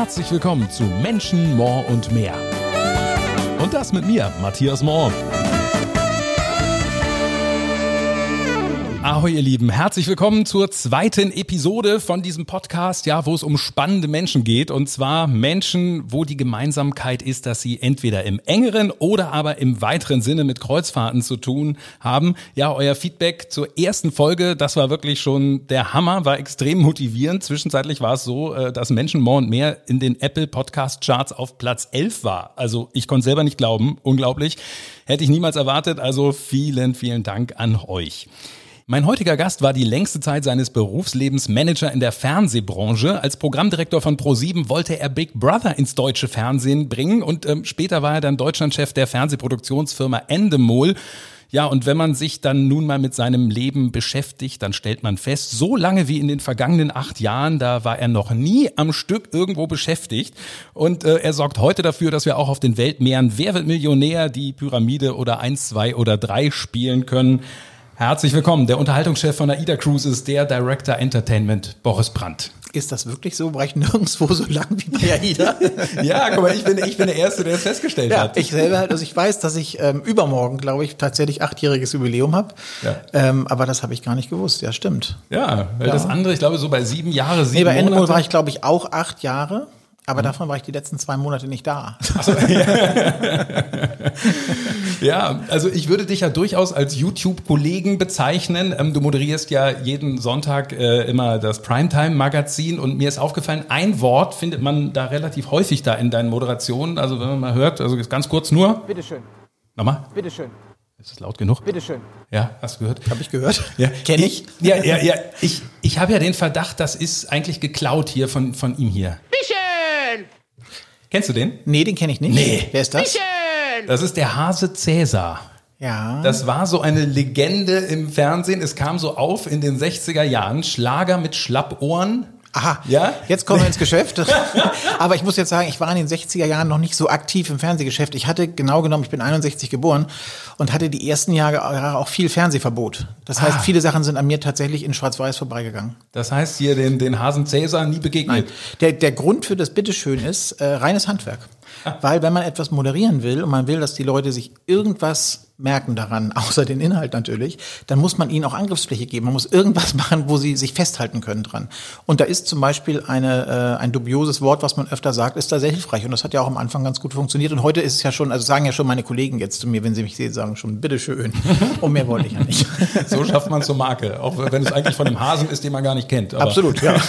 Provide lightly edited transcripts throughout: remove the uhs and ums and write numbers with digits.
herzlich willkommen zu Menschen, More und Mehr. Und das mit mir, Matthias Mohr. Ahoi ihr Lieben, herzlich willkommen zur zweiten Episode von diesem Podcast, ja, wo es um spannende Menschen geht, und zwar Menschen, wo die Gemeinsamkeit ist, dass sie entweder im engeren oder aber im weiteren Sinne mit Kreuzfahrten zu tun haben. Ja, euer Feedback zur ersten Folge, das war wirklich schon der Hammer, war extrem motivierend. Zwischenzeitlich war es so, dass Menschen, More und Mehr in den Apple Podcast Charts auf Platz 11 war. Also ich konnte selber nicht glauben, unglaublich, hätte ich niemals erwartet, also vielen, vielen Dank an euch. Mein heutiger Gast war die längste Zeit seines Berufslebens Manager in der Fernsehbranche. Als Programmdirektor von ProSieben wollte er Big Brother ins deutsche Fernsehen bringen und später war er dann Deutschlandchef der Fernsehproduktionsfirma Endemol. Ja, und wenn man sich dann nun mal mit seinem Leben beschäftigt, dann stellt man fest, so lange wie in den vergangenen 8 Jahren, da war er noch nie am Stück irgendwo beschäftigt. Und er sorgt heute dafür, dass wir auch auf den Weltmeeren Wer wird Millionär, die Pyramide oder 1, 2 oder 3 spielen können. Herzlich willkommen. Der Unterhaltungschef von AIDA Cruises, der Director Entertainment, Boris Brandt. Ist das wirklich so? War ich nirgendwo so lang wie bei AIDA? Ja, guck mal, ich bin der Erste, der es festgestellt hat. Ich selber halt, also ich weiß, dass ich übermorgen, glaube ich, tatsächlich 8-jähriges Jubiläum habe. Ja. Aber das habe ich gar nicht gewusst. Ja, stimmt. Ja, weil das andere, ich glaube, so bei 7 Jahre, 7 bei Monate. Endemol war ich, glaube ich, auch 8 Jahre. Aber davon war ich die letzten 2 Monate nicht da. Ach so, ja, also ich würde dich ja durchaus als YouTube-Kollegen bezeichnen. Du moderierst ja jeden Sonntag immer das Primetime-Magazin und mir ist aufgefallen, ein Wort findet man da relativ häufig da in deinen Moderationen. Also wenn man mal hört, also ganz kurz nur. Bitteschön. Nochmal? Bitteschön. Ist das laut genug? Bitteschön. Ja, hast du gehört? Habe ich gehört. Ja. Kenn ich? Ja. Ich habe ja den Verdacht, das ist eigentlich geklaut hier von ihm hier. Bitteschön. Kennst du den? Nee, den kenne ich nicht. Nee. Wer ist das? Bitteschön. Das ist der Hase Cäsar. Ja. Das war so eine Legende im Fernsehen. Es kam so auf in den 60er Jahren. Schlager mit Schlappohren. Aha, ja? Jetzt kommen wir ins Geschäft. Aber ich muss jetzt sagen, ich war in den 60er Jahren noch nicht so aktiv im Fernsehgeschäft. Ich hatte genau genommen, ich bin 61 geboren und hatte die ersten Jahre auch viel Fernsehverbot. Das heißt, viele Sachen sind an mir tatsächlich in Schwarz-Weiß vorbeigegangen. Das heißt, hier den Hasen Cäsar nie begegnet? Nein. Der Grund für das Bitteschön ist reines Handwerk. Weil wenn man etwas moderieren will und man will, dass die Leute sich irgendwas merken daran, außer den Inhalt natürlich, dann muss man ihnen auch Angriffsfläche geben. Man muss irgendwas machen, wo sie sich festhalten können dran. Und da ist zum Beispiel ein dubioses Wort, was man öfter sagt, ist da sehr hilfreich. Und das hat ja auch am Anfang ganz gut funktioniert. Und heute ist es ja schon, also sagen ja schon meine Kollegen jetzt zu mir, wenn sie mich sehen, sagen schon, bitteschön. Und mehr wollte ich ja nicht. So schafft man zur Marke. Auch wenn es eigentlich von einem Hasen ist, den man gar nicht kennt. Aber absolut, ja.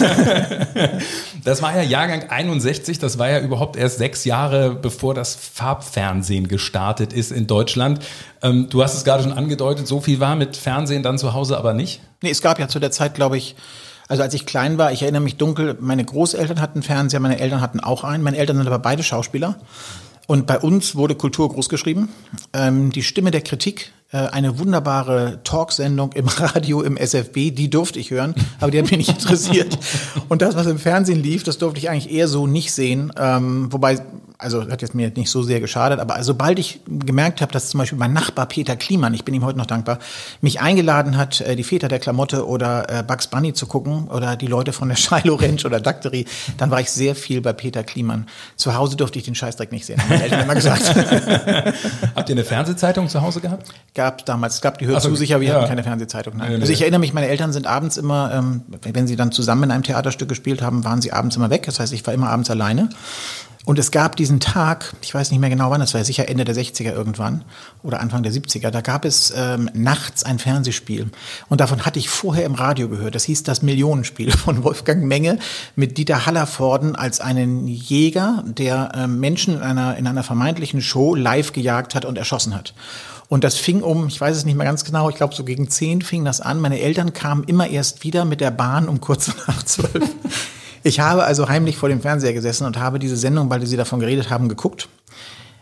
Das war ja Jahrgang 61, das war ja überhaupt erst 6 Jahre, bevor das Farbfernsehen gestartet ist in Deutschland. Du hast es gerade schon angedeutet, so viel war mit Fernsehen dann zu Hause aber nicht? Nee, es gab ja zu der Zeit, glaube ich, also als ich klein war, ich erinnere mich dunkel, meine Großeltern hatten einen Fernseher, meine Eltern hatten auch einen. Meine Eltern sind aber beide Schauspieler. Und bei uns wurde Kultur großgeschrieben. Die Stimme der Kritik, eine wunderbare Talksendung im Radio, im SFB, die durfte ich hören, aber die hat mich nicht interessiert. Und das, was im Fernsehen lief, das durfte ich eigentlich eher so nicht sehen. Wobei, also hat jetzt mir nicht so sehr geschadet, aber sobald ich gemerkt habe, dass zum Beispiel mein Nachbar Peter Kliemann, ich bin ihm heute noch dankbar, mich eingeladen hat, die Väter der Klamotte oder Bugs Bunny zu gucken oder die Leute von der Shiloh Ranch oder Dactery, dann war ich sehr viel bei Peter Kliemann. Zu Hause durfte ich den Scheißdreck nicht sehen, haben meine Eltern immer gesagt. Habt ihr eine Fernsehzeitung zu Hause gehabt? Es gab die Hör zu sicher, wir hatten keine Fernsehzeitung. Nein. Nee. Also ich erinnere mich, meine Eltern sind abends immer, wenn sie dann zusammen in einem Theaterstück gespielt haben, waren sie abends immer weg. Das heißt, ich war immer abends alleine. Und es gab diesen Tag, ich weiß nicht mehr genau wann, das war sicher Ende der 60er irgendwann oder Anfang der 70er, da gab es nachts ein Fernsehspiel. Und davon hatte ich vorher im Radio gehört. Das hieß das Millionenspiel von Wolfgang Menge mit Dieter Hallervorden als einen Jäger, der Menschen in einer vermeintlichen Show live gejagt hat und erschossen hat. Und das fing ich weiß es nicht mehr ganz genau, ich glaube so gegen 10 fing das an. Meine Eltern kamen immer erst wieder mit der Bahn um kurz nach 12. Ich habe also heimlich vor dem Fernseher gesessen und habe diese Sendung, weil sie davon geredet haben, geguckt.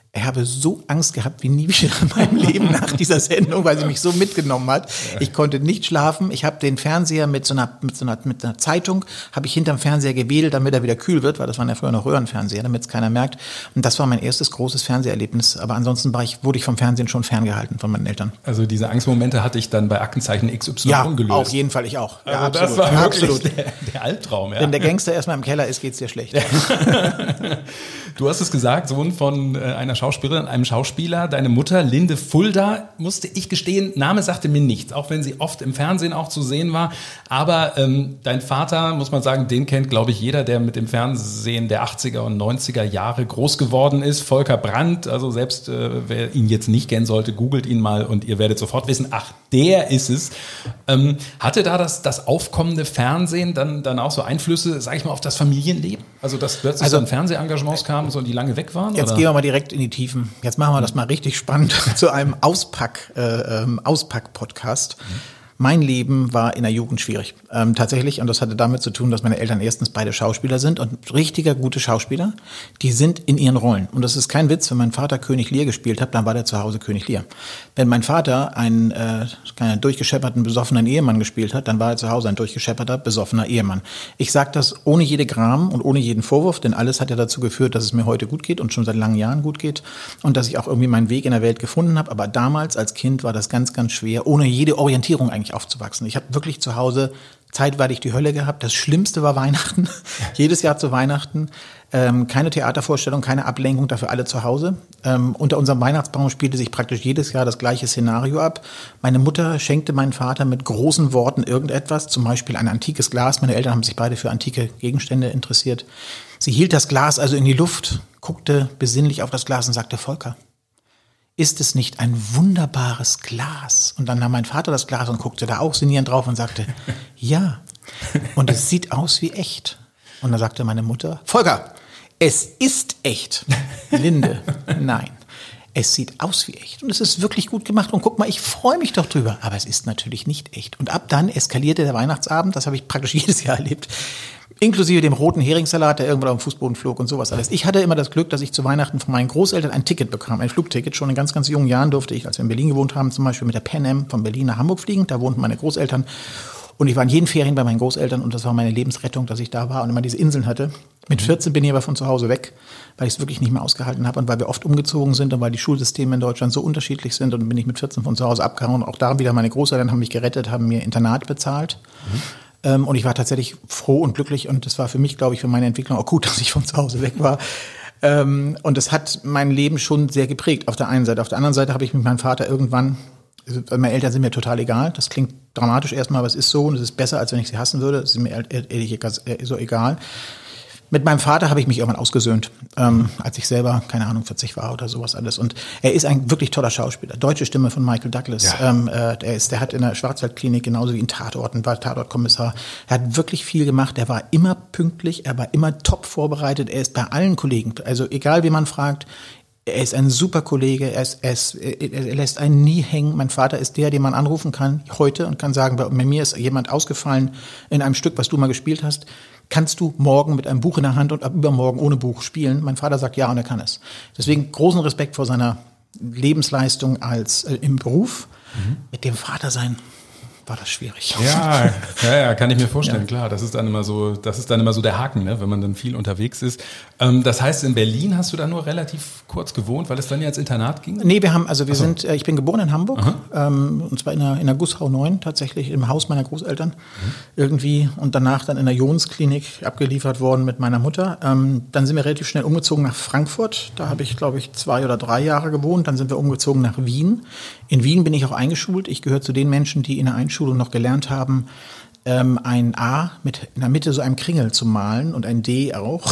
Ich habe so Angst gehabt wie nie wieder in meinem Leben nach dieser Sendung, weil sie mich so mitgenommen hat. Ich konnte nicht schlafen. Ich habe den Fernseher mit einer Zeitung, habe ich hinterm Fernseher gewedelt, damit er wieder kühl wird, weil das waren ja früher noch Röhrenfernseher, damit es keiner merkt. Und das war mein erstes großes Fernseherlebnis. Aber ansonsten wurde ich vom Fernsehen schon ferngehalten von meinen Eltern. Also diese Angstmomente hatte ich dann bei Aktenzeichen XY gelöst. Ja, auf jeden Fall, ich auch. Ja, also absolut. Das war wirklich der Albtraum. Ja. Wenn der Gangster erstmal im Keller ist, geht's dir schlecht. Du hast es gesagt, Sohn von einer Schauspielerin, einem Schauspieler. Deine Mutter, Linde Fulda, musste ich gestehen, Name sagte mir nichts, auch wenn sie oft im Fernsehen auch zu sehen war. Aber dein Vater, muss man sagen, den kennt, glaube ich, jeder, der mit dem Fernsehen der 80er und 90er Jahre groß geworden ist. Volker Brandt, also selbst wer ihn jetzt nicht kennen sollte, googelt ihn mal und ihr werdet sofort wissen, ach, der ist es. Hatte da das aufkommende Fernsehen dann auch so Einflüsse, sag ich mal, auf das Familienleben? Also dass plötzlich so ein Fernsehengagements kamen, so die lange weg waren? Jetzt gehen wir mal direkt in die Tiefen. Jetzt machen wir das mal richtig spannend zu einem Auspack-Podcast. Mein Leben war in der Jugend schwierig, tatsächlich. Und das hatte damit zu tun, dass meine Eltern erstens beide Schauspieler sind und richtiger gute Schauspieler. Die sind in ihren Rollen. Und das ist kein Witz, wenn mein Vater König Lear gespielt hat, dann war der zu Hause König Lear. Wenn mein Vater einen durchgeschepperten, besoffenen Ehemann gespielt hat, dann war er zu Hause ein durchgeschepperter, besoffener Ehemann. Ich sage das ohne jede Gram und ohne jeden Vorwurf, denn alles hat ja dazu geführt, dass es mir heute gut geht und schon seit langen Jahren gut geht und dass ich auch irgendwie meinen Weg in der Welt gefunden habe. Aber damals als Kind war das ganz, ganz schwer, ohne jede Orientierung eigentlich aufzuwachsen. Ich habe wirklich zu Hause zeitweilig die Hölle gehabt. Das Schlimmste war Weihnachten. Jedes Jahr zu Weihnachten. Keine Theatervorstellung, keine Ablenkung, dafür alle zu Hause. Unter unserem Weihnachtsbaum spielte sich praktisch jedes Jahr das gleiche Szenario ab. Meine Mutter schenkte meinen Vater mit großen Worten irgendetwas, zum Beispiel ein antikes Glas. Meine Eltern haben sich beide für antike Gegenstände interessiert. Sie hielt das Glas also in die Luft, guckte besinnlich auf das Glas und sagte, Volker, ist es nicht ein wunderbares Glas? Und dann nahm mein Vater das Glas und guckte da auch sinnierend drauf und sagte, ja, und es sieht aus wie echt. Und dann sagte meine Mutter, Volker, es ist echt. Linde, nein, es sieht aus wie echt. Und es ist wirklich gut gemacht. Und guck mal, ich freue mich doch drüber. Aber es ist natürlich nicht echt. Und ab dann eskalierte der Weihnachtsabend, das habe ich praktisch jedes Jahr erlebt, inklusive dem roten Heringssalat, der irgendwann auf dem Fußboden flog und sowas alles. Ich hatte immer das Glück, dass ich zu Weihnachten von meinen Großeltern ein Ticket bekam, ein Flugticket. Schon in ganz, ganz jungen Jahren durfte ich, als wir in Berlin gewohnt haben, zum Beispiel mit der Pan Am von Berlin nach Hamburg fliegen. Da wohnten meine Großeltern. Und ich war in jeden Ferien bei meinen Großeltern und das war meine Lebensrettung, dass ich da war und immer diese Inseln hatte. Mit 14 bin ich aber von zu Hause weg, weil ich es wirklich nicht mehr ausgehalten habe und weil wir oft umgezogen sind und weil die Schulsysteme in Deutschland so unterschiedlich sind. Und bin ich mit 14 von zu Hause abgehauen. Auch da wieder meine Großeltern haben mich gerettet, haben mir Internat bezahlt. Und ich war tatsächlich froh und glücklich und das war für mich, glaube ich, für meine Entwicklung auch gut, dass ich von zu Hause weg war. Und das hat mein Leben schon sehr geprägt auf der einen Seite. Auf der anderen Seite habe ich mit meinem Vater irgendwann, meine Eltern sind mir total egal, das klingt dramatisch erstmal, aber es ist so und es ist besser, als wenn ich sie hassen würde, es ist mir ehrlich so egal. Mit meinem Vater habe ich mich irgendwann ausgesöhnt, als ich selber, keine Ahnung, 40 war oder sowas alles. Und er ist ein wirklich toller Schauspieler. Deutsche Stimme von Michael Douglas. Ja. Der hat in der Schwarzwaldklinik genauso wie in Tatorten, war Tatortkommissar. Er hat wirklich viel gemacht. Er war immer pünktlich, er war immer top vorbereitet. Er ist bei allen Kollegen, also egal wie man fragt, er ist ein super Kollege, er lässt einen nie hängen. Mein Vater ist der, den man anrufen kann heute und kann sagen, bei mir ist jemand ausgefallen in einem Stück, was du mal gespielt hast. Kannst du morgen mit einem Buch in der Hand und ab übermorgen ohne Buch spielen? Mein Vater sagt ja und er kann es. Deswegen großen Respekt vor seiner Lebensleistung im Beruf. Mit dem Vater sein war das schwierig. Ja, kann ich mir vorstellen, klar. Das ist dann immer so der Haken, ne, wenn man dann viel unterwegs ist. Das heißt, in Berlin hast du da nur relativ kurz gewohnt, weil es dann ja ins Internat ging? Nee, ich bin geboren in Hamburg, und zwar in der Gussau 9 tatsächlich, im Haus meiner Großeltern irgendwie und danach dann in der Jonsklinik abgeliefert worden mit meiner Mutter. Dann sind wir relativ schnell umgezogen nach Frankfurt. Da habe ich, glaube ich, 2 oder 3 Jahre gewohnt. Dann sind wir umgezogen nach Wien. In Wien bin ich auch eingeschult. Ich gehöre zu den Menschen, die in der Einschulung noch gelernt haben, ein A mit in der Mitte so einem Kringel zu malen und ein D auch.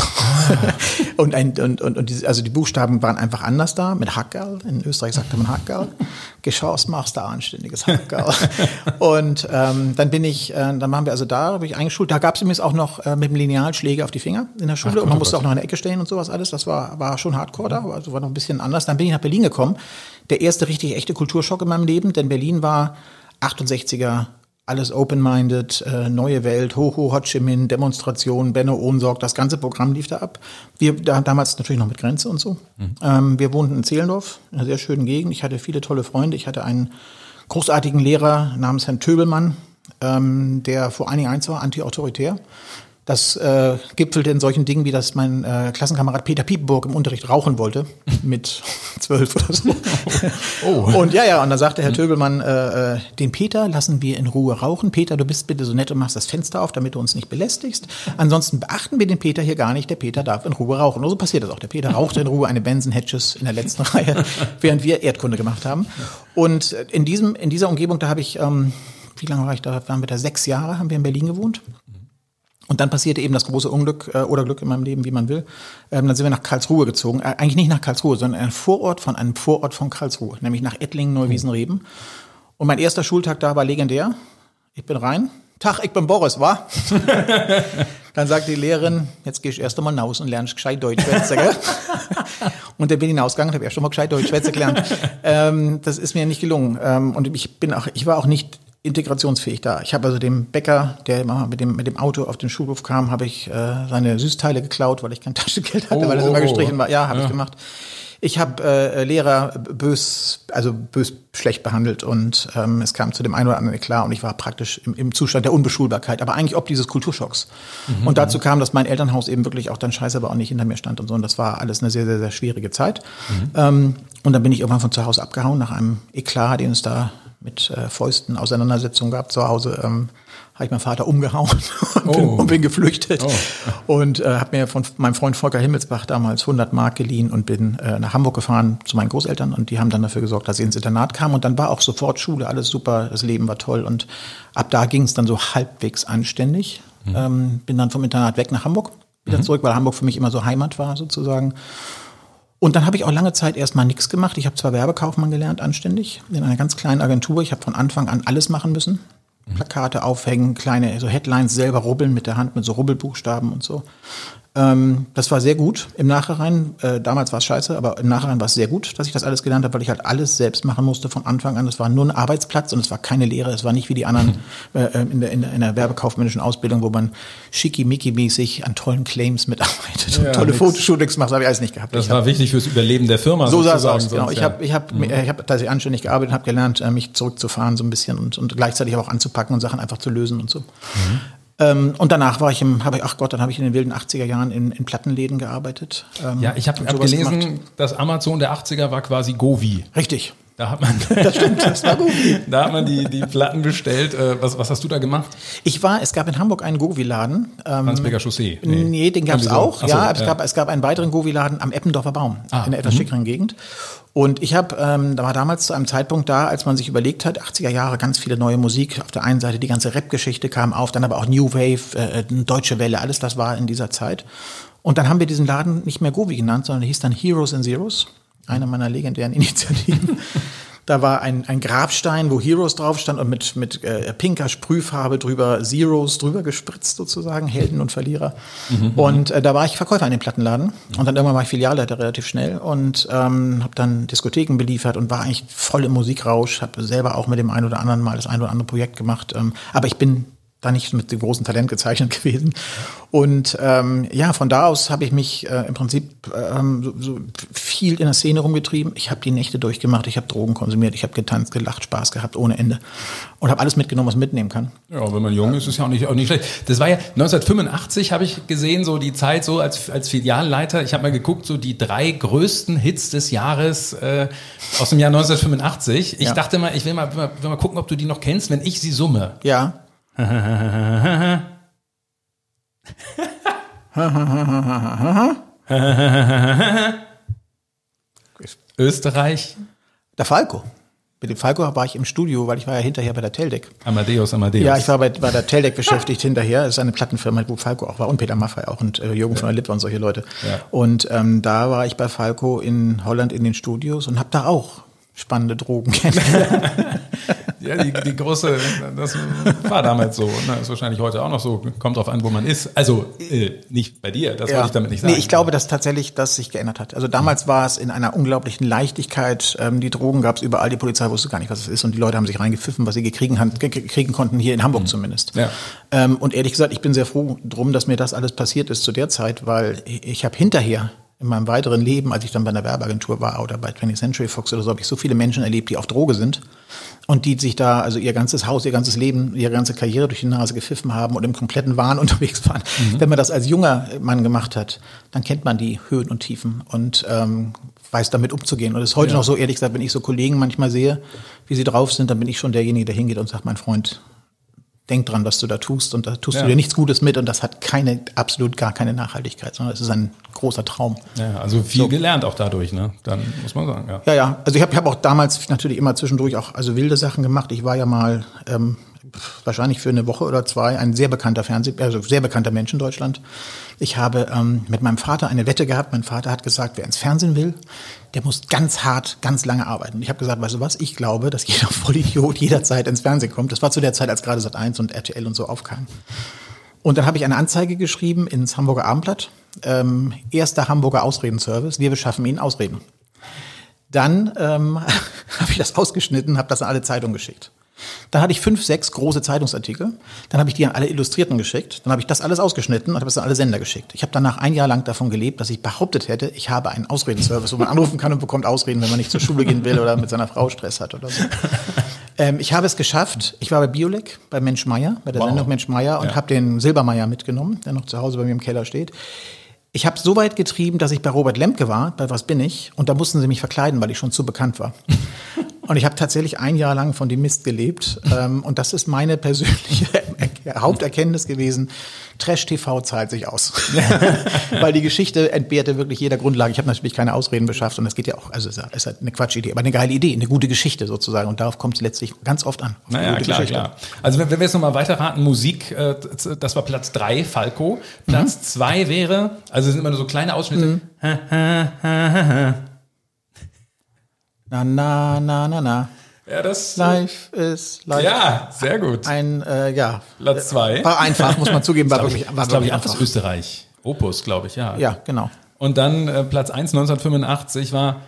und die Buchstaben waren einfach anders da, mit Hackerl. In Österreich sagte man Hackerl. Geschoss machst du anständiges Hackerl. Und dann waren wir also da, habe ich eingeschult. Da gab es übrigens auch noch mit dem Lineal Schläge auf die Finger in der Schule. Und man musste auch noch in der Ecke stehen und sowas alles. Das war schon hardcore da, also war noch ein bisschen anders. Dann bin ich nach Berlin gekommen. Der erste richtig echte Kulturschock in meinem Leben, denn Berlin war 68er alles open-minded, neue Welt, Ho Ho Chi Minh, Demonstrationen, Benno Ohrensorg, das ganze Programm lief da ab. Damals natürlich noch mit Grenze und so. Wir wohnten in Zehlendorf, in einer sehr schönen Gegend. Ich hatte viele tolle Freunde. Ich hatte einen großartigen Lehrer namens Herrn Töbelmann, der vor allen Dingen eins war, anti-autoritär. Das gipfelte in solchen Dingen, wie das mein Klassenkamerad Peter Piepenburg im Unterricht rauchen wollte, mit 12 oder so. Oh. Und und dann sagte Herr Töbelmann, den Peter lassen wir in Ruhe rauchen. Peter, du bist bitte so nett und machst das Fenster auf, damit du uns nicht belästigst. Ansonsten beachten wir den Peter hier gar nicht. Der Peter darf in Ruhe rauchen. Und so passiert das auch. Der Peter rauchte in Ruhe eine Benson Hedges in der letzten Reihe, während wir Erdkunde gemacht haben. Und in dieser Umgebung, da habe ich, wie lange war ich da? Waren wir da 6 Jahre, haben wir in Berlin gewohnt. Und dann passierte eben das große Unglück oder Glück in meinem Leben, wie man will. Dann sind wir nach Karlsruhe gezogen. Eigentlich nicht nach Karlsruhe, sondern einem Vorort von Karlsruhe, nämlich nach Ettlingen, Neuwiesen-Reben. Und mein erster Schultag da war legendär. Ich bin rein. Tag, ich bin Boris, wa? Dann sagt die Lehrerin, jetzt gehst du erst einmal raus und lernst gescheit Deutsch schwätzen, gell? Und dann bin ich hinausgegangen und habe erst einmal gescheit Deutsch schwätzen gelernt. Das ist mir nicht gelungen. Und ich war auch nicht integrationsfähig da. Ich habe also dem Bäcker, der immer mit dem Auto auf den Schulhof kam, habe ich seine Süßteile geklaut, weil ich kein Taschengeld hatte, weil das immer gestrichen war. Ja, habe ich gemacht. Ich habe Lehrer bös schlecht behandelt und es kam zu dem einen oder anderen Eklat und ich war praktisch im Zustand der Unbeschulbarkeit, aber eigentlich ob dieses Kulturschocks. Und dazu kam, dass mein Elternhaus eben wirklich auch dann scheiße war und nicht hinter mir stand und so. Und das war alles eine sehr, sehr, sehr schwierige Zeit. Und dann bin ich irgendwann von zu Hause abgehauen nach einem Eklat, den es da mit Fäusten Auseinandersetzungen gab zu Hause, habe ich meinen Vater umgehauen und bin geflüchtet. Und habe mir von meinem Freund Volker Himmelsbach damals 100 Mark geliehen und bin nach Hamburg gefahren zu meinen Großeltern und die haben dann dafür gesorgt, dass ich ins Internat kam und dann war auch sofort Schule, alles super, das Leben war toll und ab da ging es dann so halbwegs anständig. Bin dann vom Internat weg nach Hamburg, wieder zurück, weil Hamburg für mich immer so Heimat war sozusagen. Und dann habe ich auch lange Zeit erstmal nichts gemacht. Ich habe zwar Werbekaufmann gelernt, anständig, in einer ganz kleinen Agentur. Ich habe von Anfang an alles machen müssen. Plakate aufhängen, kleine so Headlines selber rubbeln mit der Hand, mit so Rubbelbuchstaben und so. Das war sehr gut im Nachhinein. Damals war es scheiße, aber im Nachhinein war es sehr gut, dass ich das alles gelernt habe, weil ich halt alles selbst machen musste von Anfang an. Es war nur ein Arbeitsplatz und es war keine Lehre. Es war nicht wie die anderen in der werbekaufmännischen Ausbildung, wo man schickimicki-mäßig an tollen Claims mitarbeitet und tolle Fotoshootings macht. Das habe ich alles nicht gehabt. Das war wichtig fürs Überleben der Firma. So sah es aus, genau. Ich hab tatsächlich anständig gearbeitet, habe gelernt, mich zurückzufahren so ein bisschen und gleichzeitig auch anzupacken und Sachen einfach zu lösen und so. Und danach habe ich in den wilden 80er Jahren in Plattenläden gearbeitet. Ich habe gelesen, das Amazon der 80er war quasi Govi. Richtig. Da hat man, das stimmt, das war Govi. Da hat man die Platten bestellt. Was hast du da gemacht? Es gab in Hamburg einen Govi-Laden. Landsberger Chaussee. Nee, den gab es auch. Es gab einen weiteren Govi-Laden am Eppendorfer Baum in einer etwas schickeren Gegend. Und ich da war damals zu einem Zeitpunkt da, als man sich überlegt hat, 80er Jahre, ganz viele neue Musik. Auf der einen Seite die ganze Rap-Geschichte kam auf, dann aber auch New Wave, Deutsche Welle, alles das war in dieser Zeit. Und dann haben wir diesen Laden nicht mehr Govi genannt, sondern der hieß dann Heroes and Zeros, eine meiner legendären Initiativen. Da war ein Grabstein, wo Heroes drauf stand und mit pinker Sprühfarbe drüber Zeros drüber gespritzt sozusagen, Helden und Verlierer. Und da war ich Verkäufer in dem Plattenladen und dann irgendwann war ich Filialleiter relativ schnell und habe dann Diskotheken beliefert und war eigentlich voll im Musikrausch, habe selber auch mit dem einen oder anderen mal das ein oder andere Projekt gemacht, aber ich bin da nicht mit dem großen Talent gezeichnet gewesen. Und von da aus habe ich mich im Prinzip so viel in der Szene rumgetrieben. Ich habe die Nächte durchgemacht, ich habe Drogen konsumiert, ich habe getanzt, gelacht, Spaß gehabt ohne Ende und habe alles mitgenommen, was man mitnehmen kann. Ja, wenn man jung ist, ist ja auch nicht schlecht. Das war ja 1985, habe ich gesehen, so die Zeit so als Filialleiter. Ich habe mal geguckt, so die 3 größten Hits des Jahres aus dem Jahr 1985. Ich dachte mal, ich will mal gucken, ob du die noch kennst, wenn ich sie summe. Ja. Österreich. Der Falco. Mit dem Falco war ich im Studio, weil ich war ja hinterher bei der Teldec. Amadeus. Ja, ich war bei der Teldec beschäftigt hinterher. Das ist eine Plattenfirma, wo Falco auch war und Peter Maffay auch und Jürgen von der Lippe und solche Leute. Ja. Und da war ich bei Falco in Holland in den Studios und habe da auch spannende Drogen kennengelernt. Ja, die große, das war damals so, ne? Ist wahrscheinlich heute auch noch so, kommt drauf an, wo man ist. Also nicht bei dir, das wollte ich damit nicht sagen. Nee, ich glaube, dass tatsächlich das sich geändert hat. Also damals war es in einer unglaublichen Leichtigkeit, die Drogen gab es überall, die Polizei wusste gar nicht, was es ist und die Leute haben sich reingepfiffen, was sie kriegen konnten, hier in Hamburg zumindest. Ja. Und ehrlich gesagt, ich bin sehr froh drum, dass mir das alles passiert ist zu der Zeit, weil ich habe hinterher in meinem weiteren Leben, als ich dann bei einer Werbeagentur war oder bei 20th Century Fox oder so, habe ich so viele Menschen erlebt, die auf Droge sind und die sich da also ihr ganzes Haus, ihr ganzes Leben, ihre ganze Karriere durch die Nase gepfiffen haben und im kompletten Wahn unterwegs waren. Wenn man das als junger Mann gemacht hat, dann kennt man die Höhen und Tiefen und weiß damit umzugehen. Und es ist heute noch so, ehrlich gesagt, wenn ich so Kollegen manchmal sehe, wie sie drauf sind, dann bin ich schon derjenige, der hingeht und sagt, mein Freund, denk dran, was du da tust und da tust du dir nichts Gutes mit und das hat absolut gar keine Nachhaltigkeit, sondern es ist ein großer Traum. Ja, also viel gelernt auch dadurch, ne? Dann muss man sagen, ja. Ja. Also ich hab auch damals natürlich immer zwischendurch auch also wilde Sachen gemacht. Ich war ja mal wahrscheinlich für eine Woche oder zwei ein sehr bekannter sehr bekannter Mensch in Deutschland. Ich habe mit meinem Vater eine Wette gehabt. Mein Vater hat gesagt, wer ins Fernsehen will, der muss ganz hart, ganz lange arbeiten. Ich habe gesagt, weißt du was, ich glaube, dass jeder Vollidiot jederzeit ins Fernsehen kommt. Das war zu der Zeit, als gerade Sat.1 und RTL und so aufkamen. Und dann habe ich eine Anzeige geschrieben ins Hamburger Abendblatt. Erster Hamburger Ausredenservice, wir beschaffen Ihnen Ausreden. Dann habe ich das ausgeschnitten, habe das an alle Zeitungen geschickt. Dann hatte ich 5, 6 große Zeitungsartikel. Dann habe ich die an alle Illustrierten geschickt. Dann habe ich das alles ausgeschnitten und habe es an alle Sender geschickt. Ich habe danach ein Jahr lang davon gelebt, dass ich behauptet hätte, ich habe einen Ausredenservice, wo man anrufen kann und bekommt Ausreden, wenn man nicht zur Schule gehen will oder mit seiner Frau Stress hat oder so. Ich habe es geschafft. Ich war bei Biolek, bei Mensch Meier, bei der Sendung Mensch Meier und habe den Silbermeier mitgenommen, der noch zu Hause bei mir im Keller steht. Ich habe so weit getrieben, dass ich bei Robert Lemke war, bei Was bin ich? Und da mussten sie mich verkleiden, weil ich schon zu bekannt war. Und ich habe tatsächlich ein Jahr lang von dem Mist gelebt. Und das ist meine persönliche Haupterkenntnis gewesen. Trash-TV zahlt sich aus. Weil die Geschichte entbehrte wirklich jeder Grundlage. Ich habe natürlich keine Ausreden beschafft. Und das geht ja auch, also es ist halt eine Quatschidee, aber eine geile Idee, eine gute Geschichte sozusagen. Und darauf kommt es letztlich ganz oft an. Naja, klar. Also wenn wir jetzt nochmal weiterraten, Musik, das war Platz 3, Falco. Platz 2 wäre, also es sind immer nur so kleine Ausschnitte. Na, na, na, na, na. Ja, das. Life is life. Ja, sehr gut. Platz 2. War einfach, muss man zugeben, war wirklich einfach. Glaube ich, auch aus Österreich. Opus, glaube ich, ja. Ja, genau. Und dann Platz 1, 1985 war.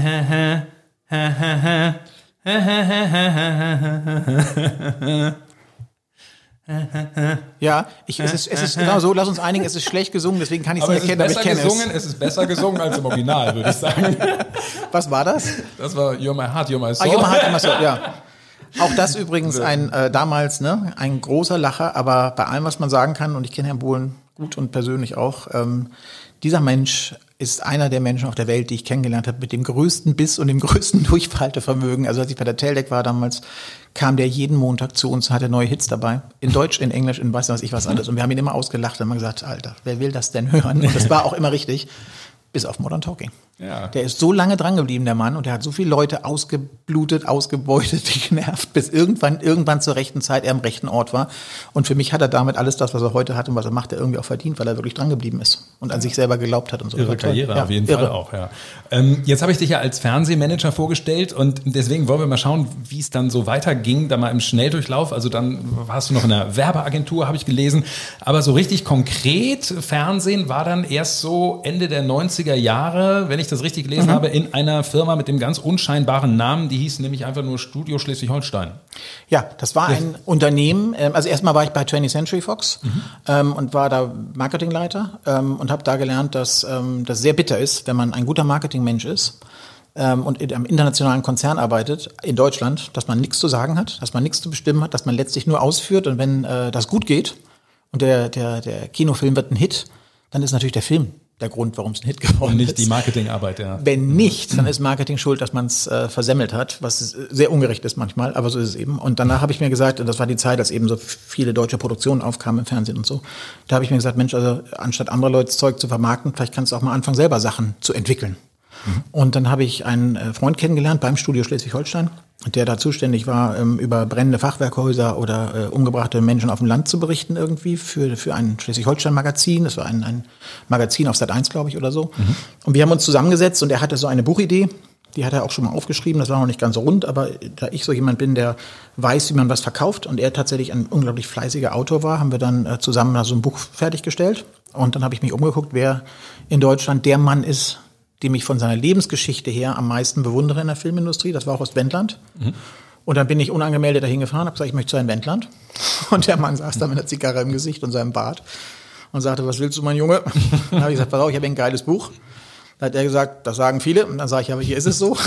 Ja, es ist genau so, lass uns einigen, es ist schlecht gesungen, deswegen kann ich es nicht erkennen, aber ich kenne es. Es ist besser gesungen als im Original, würde ich sagen. Was war das? Das war You're My Heart, You're My Soul. You're My Heart, You're My Soul, ja. Auch das übrigens damals ein großer Lacher, aber bei allem, was man sagen kann, und ich kenne Herrn Bohlen gut und persönlich auch, dieser Mensch ist einer der Menschen auf der Welt, die ich kennengelernt habe, mit dem größten Biss und dem größten Durchhaltevermögen. Also als ich bei der Teldec war damals, kam der jeden Montag zu uns, hatte neue Hits dabei. In Deutsch, in Englisch, in weiß ich was alles. Und wir haben ihn immer ausgelacht und haben gesagt, Alter, wer will das denn hören? Und das war auch immer richtig. Bis auf Modern Talking. Ja. Der ist so lange dran geblieben, der Mann, und der hat so viele Leute ausgeblutet, ausgebeutet, genervt, bis irgendwann zur rechten Zeit er am rechten Ort war. Und für mich hat er damit alles das, was er heute hat und was er macht, er irgendwie auch verdient, weil er wirklich dran geblieben ist und an sich selber geglaubt hat und so. Irre Karriere, auf jeden Fall auch, ja. Jetzt habe ich dich ja als Fernsehmanager vorgestellt und deswegen wollen wir mal schauen, wie es dann so weiterging, da mal im Schnelldurchlauf. Also dann warst du noch in einer Werbeagentur, habe ich gelesen. Aber so richtig konkret Fernsehen war dann erst so Ende der 90er Jahre, wenn ich das richtig gelesen habe, in einer Firma mit dem ganz unscheinbaren Namen, die hieß nämlich einfach nur Studio Schleswig-Holstein. Ja, das war ein Unternehmen, also erstmal war ich bei 20th Century Fox und war da Marketingleiter und habe da gelernt, dass das sehr bitter ist, wenn man ein guter Marketingmensch ist und in einem internationalen Konzern arbeitet, in Deutschland, dass man nichts zu sagen hat, dass man nichts zu bestimmen hat, dass man letztlich nur ausführt und wenn das gut geht und der Kinofilm wird ein Hit, dann ist natürlich der Film der Grund, warum es ein Hit geworden ist. Und nicht die Marketingarbeit, ja. Wenn nicht, dann ist Marketing schuld, dass man es versemmelt hat, was sehr ungerecht ist manchmal, aber so ist es eben. Und danach habe ich mir gesagt, und das war die Zeit, als eben so viele deutsche Produktionen aufkamen im Fernsehen und so, da habe ich mir gesagt, Mensch, also anstatt andere Leute Zeug zu vermarkten, vielleicht kannst du auch mal anfangen, selber Sachen zu entwickeln. Und dann habe ich einen Freund kennengelernt beim Studio Schleswig-Holstein, der da zuständig war, über brennende Fachwerkhäuser oder umgebrachte Menschen auf dem Land zu berichten irgendwie für ein Schleswig-Holstein-Magazin. Das war ein Magazin auf Sat.1, glaube ich, oder so. Und wir haben uns zusammengesetzt und er hatte so eine Buchidee, Die hat er auch schon mal aufgeschrieben, das war noch nicht ganz rund, aber da ich so jemand bin, der weiß, wie man was verkauft und er tatsächlich ein unglaublich fleißiger Autor war, haben wir dann zusammen so ein Buch fertiggestellt. Und dann habe ich mich umgeguckt, wer in Deutschland der Mann ist, den ich von seiner Lebensgeschichte her am meisten bewundere in der Filmindustrie. Das war Horst Wendland. Und dann bin ich unangemeldet dahin gefahren, habe gesagt, ich möchte zu Herrn Wendland. Und der Mann saß da mit einer Zigarre im Gesicht und seinem Bart und sagte, was willst du, mein Junge? Dann habe ich gesagt, pass auf, ich habe ein geiles Buch. Dann hat er gesagt, das sagen viele. Und dann sage ich, aber hier ist es so.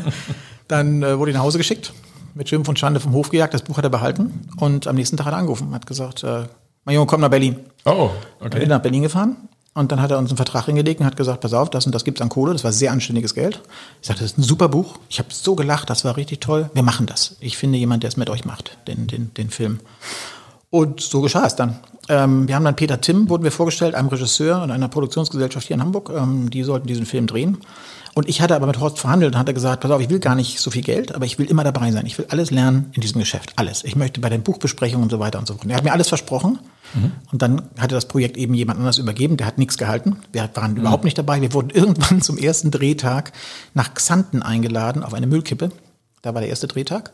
Dann wurde ich nach Hause geschickt, mit Schimpf und Schande vom Hof gejagt. Das Buch hat er behalten. Und am nächsten Tag hat er angerufen, hat gesagt, mein Junge, komm nach Berlin. Oh, okay. Ich bin nach Berlin gefahren. Und dann hat er uns einen Vertrag hingelegt und hat gesagt, pass auf, das und das gibt's an Kohle. Das war sehr anständiges Geld. Ich sagte, das ist ein super Buch. Ich habe so gelacht, das war richtig toll. Wir machen das. Ich finde jemand, der es mit euch macht, den Film. Und so geschah es dann. Wir haben dann Peter Timm, wurden wir vorgestellt, einem Regisseur und einer Produktionsgesellschaft hier in Hamburg. Die sollten diesen Film drehen. Und ich hatte aber mit Horst verhandelt und hatte gesagt, pass auf, ich will gar nicht so viel Geld, aber ich will immer dabei sein. Ich will alles lernen in diesem Geschäft, alles. Ich möchte bei den Besprechungen und so weiter und so fort. Er hat mir alles versprochen. Und dann hatte das Projekt eben jemand anders übergeben, der hat nichts gehalten. Wir waren überhaupt nicht dabei. Wir wurden irgendwann zum ersten Drehtag nach Xanten eingeladen auf eine Müllkippe. Da war der erste Drehtag.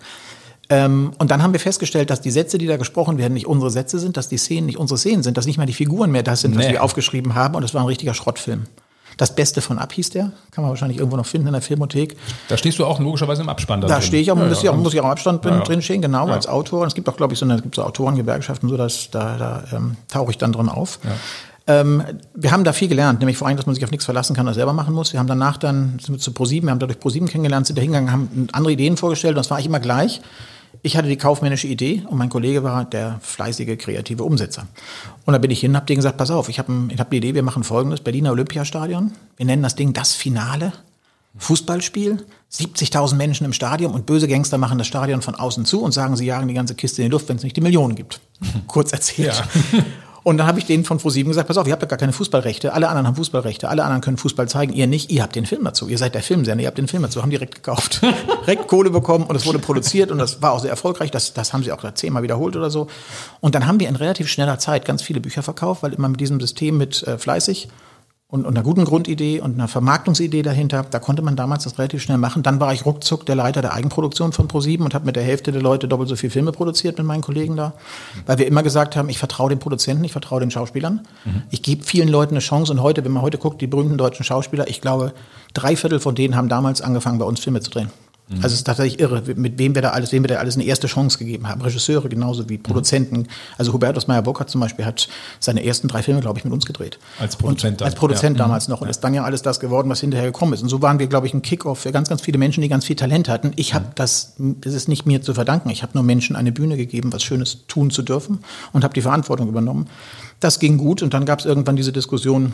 Und dann haben wir festgestellt, dass die Sätze, die da gesprochen werden, nicht unsere Sätze sind, dass die Szenen nicht unsere Szenen sind, dass nicht mal die Figuren mehr das sind, was wir aufgeschrieben haben. Und es war ein richtiger Schrottfilm. Das Beste von Ab hieß der. Kann man wahrscheinlich irgendwo noch finden in der Filmothek. Da stehst du auch logischerweise im Abspann da stehe ich auch, muss ich auch im Abstand drin stehen, genau, Ja. als Autor. Und es gibt auch, glaube ich, so Autorengewerkschaften, so dass da tauche ich dann drin auf. Ja. Wir haben da viel gelernt, nämlich vor allem, dass man sich auf nichts verlassen kann und selber machen muss. Wir haben danach sind wir zu ProSieben, wir haben dadurch ProSieben kennengelernt, sind da hingegangen, haben andere Ideen vorgestellt und das war eigentlich immer gleich. Ich hatte die kaufmännische Idee und mein Kollege war der fleißige, kreative Umsetzer. Und da bin ich hin und habe denen gesagt, pass auf, ich hab die Idee, wir machen Folgendes, Berliner Olympiastadion. Wir nennen das Ding das Finale. Fußballspiel, 70.000 Menschen im Stadion und böse Gangster machen das Stadion von außen zu und sagen, sie jagen die ganze Kiste in die Luft, wenn es nicht die Millionen gibt. Kurz erzählt. Ja. Und dann habe ich denen von ProSieben gesagt, pass auf, ihr habt ja gar keine Fußballrechte, alle anderen haben Fußballrechte, alle anderen können Fußball zeigen, ihr nicht, ihr habt den Film dazu, ihr seid der Filmsender, ihr habt den Film dazu, haben direkt gekauft, direkt Kohle bekommen und es wurde produziert und das war auch sehr erfolgreich, das haben sie auch 10-mal wiederholt oder so. Und dann haben wir in relativ schneller Zeit ganz viele Bücher verkauft, weil immer mit diesem System mit fleißig und einer guten Grundidee und einer Vermarktungsidee dahinter, da konnte man damals das relativ schnell machen. Dann war ich ruckzuck der Leiter der Eigenproduktion von ProSieben und habe mit der Hälfte der Leute doppelt so viel Filme produziert mit meinen Kollegen da, weil wir immer gesagt haben, ich vertraue den Produzenten, ich vertraue den Schauspielern. Ich gebe vielen Leuten eine Chance und heute, wenn man heute guckt, die berühmten deutschen Schauspieler, ich glaube, 3/4 von denen haben damals angefangen, bei uns Filme zu drehen. Also es ist tatsächlich irre, mit wem wir da alles eine erste Chance gegeben haben. Regisseure genauso wie Produzenten. Also Hubertus Meyer-Burkhardt zum Beispiel hat seine ersten 3 Filme, glaube ich, mit uns gedreht. Als Produzent dann. Als Produzent damals noch. Und ist dann ja alles das geworden, was hinterher gekommen ist. Und so waren wir, glaube ich, ein Kick-Off für ganz, ganz viele Menschen, die ganz viel Talent hatten. Das ist nicht mir zu verdanken. Ich habe nur Menschen eine Bühne gegeben, was Schönes tun zu dürfen und habe die Verantwortung übernommen. Das ging gut und dann gab es irgendwann diese Diskussion,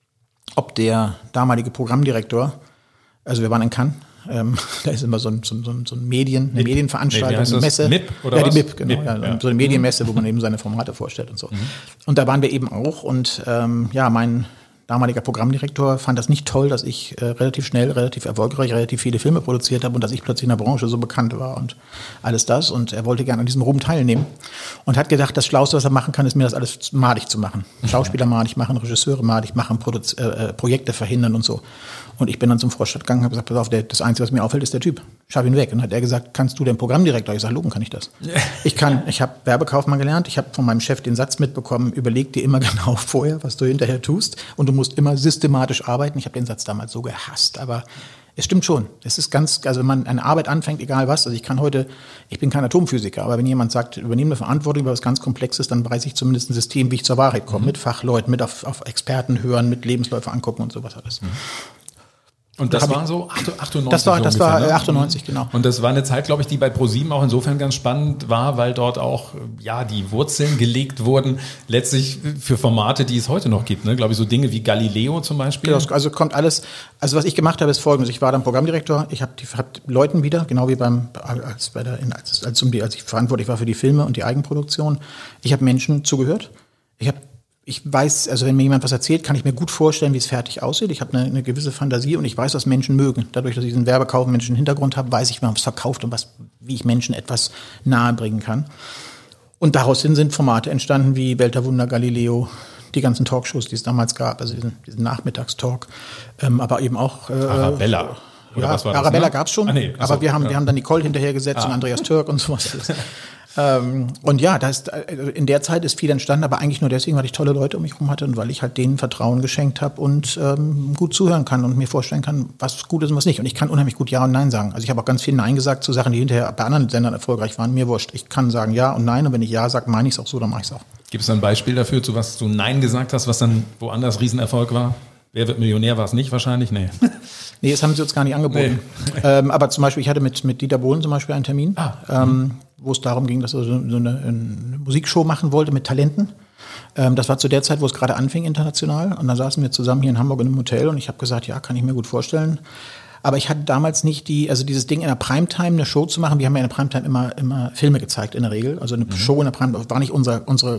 ob der damalige Programmdirektor, also wir waren in Cannes, da ist immer so eine Medienveranstaltung, eine Messe. MIP oder ja, was? Die MIP, genau. MIP, ja. So eine Medienmesse, wo man eben seine Formate vorstellt und so. Und da waren wir eben auch und mein damaliger Programmdirektor fand das nicht toll, dass ich relativ schnell, relativ erfolgreich, relativ viele Filme produziert habe und dass ich plötzlich in der Branche so bekannt war und alles das. Und er wollte gerne an diesem Ruhm teilnehmen und hat gedacht, das Schlauste, was er machen kann, ist mir das alles madig zu machen. Schauspieler madig machen, Regisseure madig machen, Projekte verhindern und so. Und ich bin dann zum Vorstand gegangen und habe gesagt, pass auf, das Einzige, was mir auffällt, ist der Typ. Schaff ihn weg. Und dann hat er gesagt, kannst du den Programmdirektor? Ich sage, loben kann ich das. Ich habe Werbekaufmann gelernt, ich habe von meinem Chef den Satz mitbekommen, überleg dir immer genau vorher, was du hinterher tust und du musst immer systematisch arbeiten. Ich habe den Satz damals so gehasst, aber es stimmt schon. Es ist also wenn man eine Arbeit anfängt, egal was, also ich bin kein Atomphysiker, aber wenn jemand sagt, übernehme eine Verantwortung über was ganz Komplexes, dann weiß ich zumindest ein System, wie ich zur Wahrheit komme, mit Fachleuten, mit auf Experten hören, mit Lebensläufe angucken und sowas alles. Und das war so 98? Das war ungefähr, ne? 98, genau. Und das war eine Zeit, glaube ich, die bei ProSieben auch insofern ganz spannend war, weil dort auch die Wurzeln gelegt wurden, letztlich für Formate, die es heute noch gibt. Ne? Glaube ich, so Dinge wie Galileo zum Beispiel. Genau, also kommt alles. Also was ich gemacht habe, ist Folgendes. Ich war dann Programmdirektor. Ich habe Leuten wieder, genau wie als ich verantwortlich war für die Filme und die Eigenproduktion. Ich habe Menschen zugehört. Ich weiß, also wenn mir jemand was erzählt, kann ich mir gut vorstellen, wie es fertig aussieht. Ich habe eine gewisse Fantasie und ich weiß, was Menschen mögen. Dadurch, dass ich diesen werbekaufmännischen Hintergrund habe, weiß ich, wie man was verkauft und wie ich Menschen etwas nahe bringen kann. Und daraus sind Formate entstanden wie Welt der Wunder, Galileo, die ganzen Talkshows, die es damals gab, also diesen Nachmittagstalk, aber eben auch Arabella. Oder ja, was war das? Arabella gab's schon, aber wir haben dann Nicole hinterhergesetzt und Andreas Türk und sowas alles. Und ja, in der Zeit ist viel entstanden, aber eigentlich nur deswegen, weil ich tolle Leute um mich herum hatte und weil ich halt denen Vertrauen geschenkt habe und gut zuhören kann und mir vorstellen kann, was gut ist und was nicht. Und ich kann unheimlich gut Ja und Nein sagen. Also ich habe auch ganz viel Nein gesagt zu Sachen, die hinterher bei anderen Sendern erfolgreich waren. Mir wurscht. Ich kann sagen Ja und Nein und wenn ich Ja sage, meine ich es auch so, dann mache ich es auch. Gibt es ein Beispiel dafür, zu was du Nein gesagt hast, was dann woanders Riesenerfolg war? Wer wird Millionär, war es nicht wahrscheinlich? Nee. Nee, das haben sie uns gar nicht angeboten. Nee. Aber zum Beispiel, ich hatte mit Dieter Bohlen zum Beispiel einen Termin, wo es darum ging, dass er so eine Musikshow machen wollte mit Talenten. Das war zu der Zeit, wo es gerade anfing international. Und dann saßen wir zusammen hier in Hamburg in einem Hotel und ich habe gesagt, ja, kann ich mir gut vorstellen. Aber ich hatte damals nicht dieses Ding in der Primetime eine Show zu machen. Wir haben ja in der Primetime immer Filme gezeigt in der Regel. Also eine Show in der Primetime war nicht unser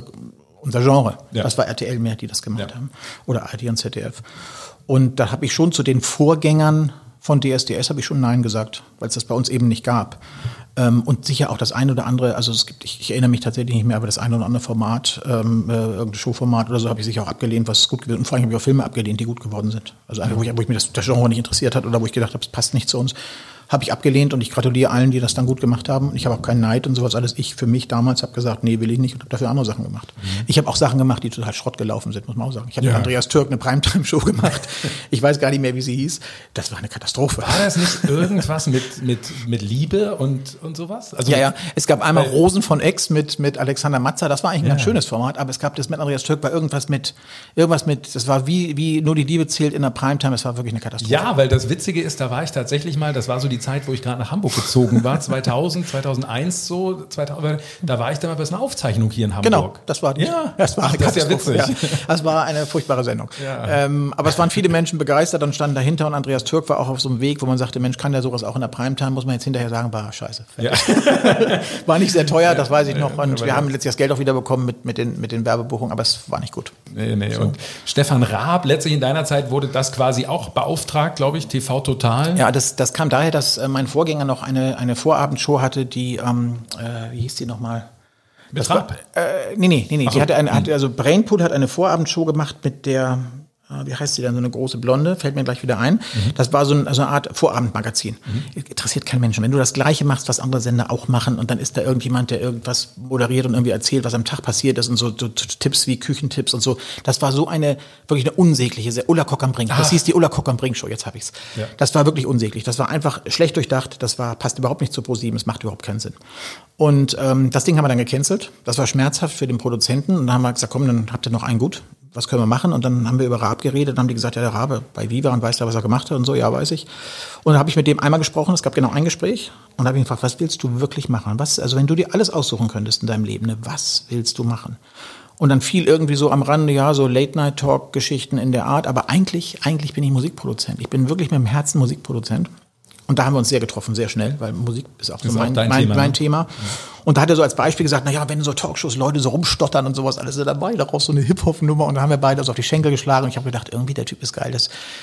Genre. Ja. Das war RTL mehr, die das gemacht haben. Oder ARD und ZDF. Und da habe ich schon zu den Vorgängern von DSDS habe ich schon Nein gesagt, weil es das bei uns eben nicht gab. Und sicher auch das eine oder andere, also es gibt, ich erinnere mich tatsächlich nicht mehr, aber das eine oder andere Format, irgendein Showformat oder so, habe ich sicher auch abgelehnt, was gut gewesen ist. Und vor allem habe ich auch Filme abgelehnt, die gut geworden sind. Also einfach, wo ich mir das Genre nicht interessiert hat oder wo ich gedacht habe, es passt nicht zu uns. Habe ich abgelehnt und ich gratuliere allen, die das dann gut gemacht haben. Ich habe auch keinen Neid und sowas alles. Ich für mich damals habe gesagt, nee, will ich nicht und habe dafür andere Sachen gemacht. Ich habe auch Sachen gemacht, die total Schrott gelaufen sind, muss man auch sagen. Ich habe mit Andreas Türk eine Primetime-Show gemacht. Ich weiß gar nicht mehr, wie sie hieß. Das war eine Katastrophe. War das nicht irgendwas mit Liebe und sowas? Also ja. Es gab einmal Rosen von Ex mit Alexander Matzer. Das war eigentlich ein ganz schönes Format, aber es gab das mit Andreas Türk, war irgendwas mit, das war wie nur die Liebe zählt in der Primetime. Es war wirklich eine Katastrophe. Ja, weil das Witzige ist, da war ich tatsächlich mal, das war so die Zeit, wo ich gerade nach Hamburg gezogen war, 2000, 2001 so, da war ich dann mal bei einer Aufzeichnung hier in Hamburg. Genau, das war das war eine Katastrophe. Ja, das war eine furchtbare Sendung. Ja. Aber es waren viele Menschen begeistert und standen dahinter und Andreas Türk war auch auf so einem Weg, wo man sagte, Mensch, kann der sowas auch in der Primetime, muss man jetzt hinterher sagen, war scheiße. Ja. War nicht sehr teuer, das weiß ich noch und wir haben letztes Jahr das Geld auch wieder bekommen mit den Werbebuchungen, aber es war nicht gut. Nee. So. Und Stefan Raab, letztlich in deiner Zeit wurde das quasi auch beauftragt, glaube ich, TV Total. Ja, das kam daher, dass mein Vorgänger noch eine Vorabendshow hatte, die, wie hieß die nochmal? Nee. Die Brainpool hat eine Vorabendshow gemacht mit der, wie heißt die dann, so eine große Blonde, fällt mir gleich wieder ein. Das war so eine Art Vorabendmagazin. Interessiert keinen Menschen. Wenn du das Gleiche machst, was andere Sender auch machen und dann ist da irgendjemand, der irgendwas moderiert und irgendwie erzählt, was am Tag passiert ist und so Tipps wie Küchentipps und so. Das war so wirklich eine unsägliche, Ulla Kock am Brink. Das hieß die Ulla Kock am Brink Show, jetzt habe ich's. Ja. Das war wirklich unsäglich. Das war einfach schlecht durchdacht. Passt überhaupt nicht zu ProSieben. Es macht überhaupt keinen Sinn. Und das Ding haben wir dann gecancelt. Das war schmerzhaft für den Produzenten. Und dann haben wir gesagt, komm, dann habt ihr noch einen gut. Was können wir machen? Und dann haben wir über Raab geredet. Dann haben die gesagt, ja, der Rabe bei Viva und weiß da, was er gemacht hat und so. Ja, weiß ich. Und dann habe ich mit dem einmal gesprochen. Es gab genau ein Gespräch. Und dann habe ich ihn gefragt, was willst du wirklich machen? Also wenn du dir alles aussuchen könntest in deinem Leben, ne, was willst du machen? Und dann fiel irgendwie so am Rande, ja, so Late-Night-Talk-Geschichten in der Art. Aber eigentlich bin ich Musikproduzent. Ich bin wirklich mit dem Herzen Musikproduzent. Und da haben wir uns sehr getroffen, sehr schnell, weil Musik ist auch so mein Thema. Ja. Und da hat er so als Beispiel gesagt, naja, wenn so Talkshows Leute so rumstottern und sowas, alles ist dabei, daraus so eine Hip-Hop-Nummer. Und da haben wir beide so auf die Schenkel geschlagen. Und ich habe gedacht, irgendwie der Typ ist geil.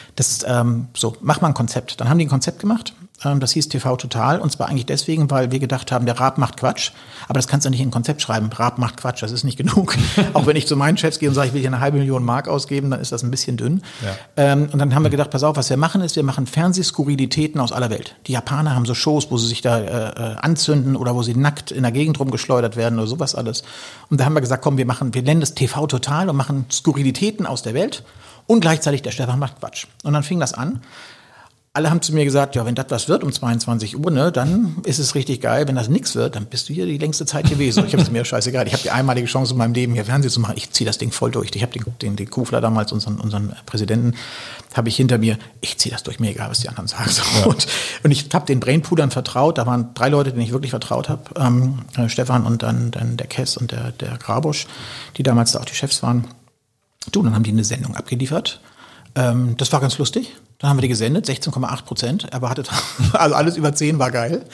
Mach mal ein Konzept. Dann haben die ein Konzept gemacht. Das hieß TV Total. Und zwar eigentlich deswegen, weil wir gedacht haben, der Raab macht Quatsch. Aber das kannst du nicht in ein Konzept schreiben. Raab macht Quatsch, das ist nicht genug. Auch wenn ich zu meinen Chefs gehe und sage, ich will hier 500.000 Mark ausgeben, dann ist das ein bisschen dünn. Ja. Und dann haben wir gedacht, pass auf, was wir machen ist, wir machen Fernsehskurrilitäten aus aller Welt. Die Japaner haben so Shows, wo sie sich da anzünden oder wo sie nackt in der Gegend rumgeschleudert werden oder sowas alles. Und da haben wir gesagt, komm, wir nennen das TV Total und machen Skurrilitäten aus der Welt. Und gleichzeitig der Stefan macht Quatsch. Und dann fing das an. Alle haben zu mir gesagt, ja, wenn das was wird um 22 Uhr, ne, dann ist es richtig geil. Wenn das nichts wird, dann bist du hier die längste Zeit gewesen. Ich habe es mir scheißegal. Ich habe die einmalige Chance in meinem Leben, hier Fernsehen zu machen. Ich ziehe das Ding voll durch. Ich habe den Kufler damals, unseren Präsidenten, habe ich hinter mir. Ich ziehe das durch, mir egal, was die anderen sagen. Ja. Und ich habe den Brainpoolern vertraut. Da waren 3 Leute, denen ich wirklich vertraut habe. Stefan und dann der Kess und der Grabusch, die damals da auch die Chefs waren. Dann haben die eine Sendung abgeliefert. Das war ganz lustig. Dann haben wir die gesendet, 16,8%. Also alles über 10 war geil.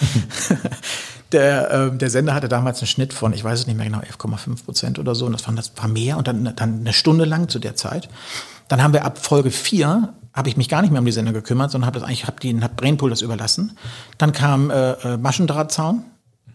Der Sender hatte damals einen Schnitt von, ich weiß es nicht mehr genau, 11,5% oder so. Und das war mehr. Und dann eine Stunde lang zu der Zeit. Dann haben wir ab Folge 4, habe ich mich gar nicht mehr um die Sendung gekümmert, sondern habe Brainpool das überlassen. Dann kam Maschendrahtzaun.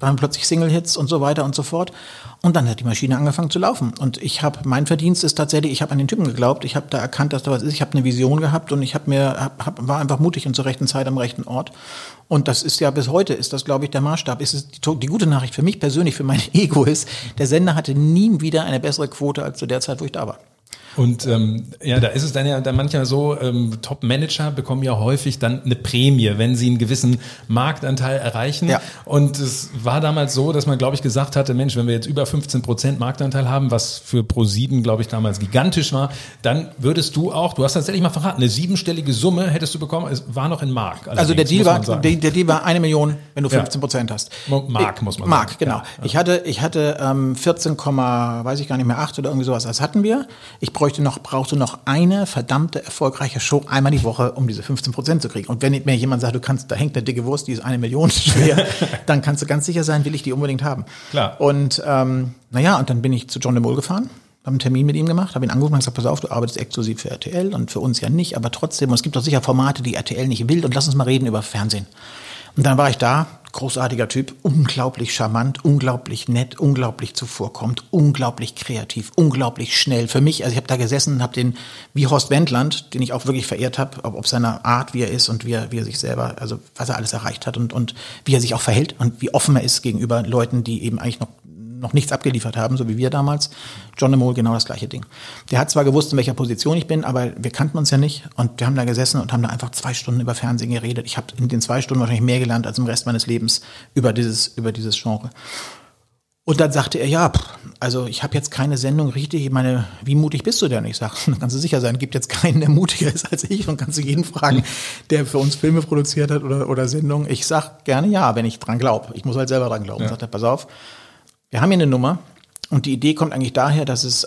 waren plötzlich Single-Hits und so weiter und so fort. Und dann hat die Maschine angefangen zu laufen. Und mein Verdienst ist tatsächlich, ich habe an den Typen geglaubt, ich habe da erkannt, dass da was ist, ich habe eine Vision gehabt und ich war einfach mutig und zur rechten Zeit am rechten Ort. Und das ist ja bis heute, ist das, glaube ich, der Maßstab. Die gute Nachricht für mich persönlich, für mein Ego ist, der Sender hatte nie wieder eine bessere Quote als zu der Zeit, wo ich da war. Und da ist es dann ja dann manchmal so, Top-Manager bekommen ja häufig dann eine Prämie, wenn sie einen gewissen Marktanteil erreichen. Ja. Und es war damals so, dass man, glaube ich, gesagt hatte, Mensch, wenn wir jetzt über 15% Marktanteil haben, was für Pro7, glaube ich, damals gigantisch war, dann würdest du hast tatsächlich mal verraten, eine 7-stellige Summe hättest du bekommen, es war noch in Mark. Also der Deal war 1 Million, wenn du 15% hast. Mark, muss man sagen. Mark, genau. Ja. Ich hatte 14, weiß ich gar nicht mehr, 8 oder irgendwie sowas, das hatten wir. Ich brauchte noch eine verdammte erfolgreiche Show einmal die Woche, um diese 15% zu kriegen. Und wenn mir jemand sagt, da hängt eine dicke Wurst, die ist 1 Million schwer, dann kannst du ganz sicher sein, will ich die unbedingt haben. Klar. Und und dann bin ich zu John de Mol gefahren, habe einen Termin mit ihm gemacht, habe ihn angerufen und gesagt, pass auf, du arbeitest exklusiv für RTL und für uns ja nicht, aber trotzdem, und es gibt doch sicher Formate, die RTL nicht will, und lass uns mal reden über Fernsehen. Und dann war ich da, großartiger Typ, unglaublich charmant, unglaublich nett, unglaublich zuvorkommend, unglaublich kreativ, unglaublich schnell. Für mich, also ich habe da gesessen und habe den, wie Horst Wendland, den ich auch wirklich verehrt habe, ob seiner Art, wie er ist und wie er sich selber, also was er alles erreicht hat und wie er sich auch verhält und wie offen er ist gegenüber Leuten, die eben eigentlich noch nichts abgeliefert haben, so wie wir damals. John de Mol, genau das gleiche Ding. Der hat zwar gewusst, in welcher Position ich bin, aber wir kannten uns ja nicht. Und wir haben da gesessen und haben da einfach 2 Stunden über Fernsehen geredet. Ich habe in den 2 Stunden wahrscheinlich mehr gelernt als im Rest meines Lebens über dieses Genre. Und dann sagte er, also ich habe jetzt keine Sendung richtig, ich meine, wie mutig bist du denn? Ich sage, kannst du sicher sein, gibt jetzt keinen, der mutiger ist als ich, und kannst du jeden fragen, der für uns Filme produziert hat oder Sendungen. Ich sag gerne ja, wenn ich dran glaube. Ich muss halt selber dran glauben. Ja. Sagt er, pass auf, wir haben hier eine Nummer und die Idee kommt eigentlich daher, dass es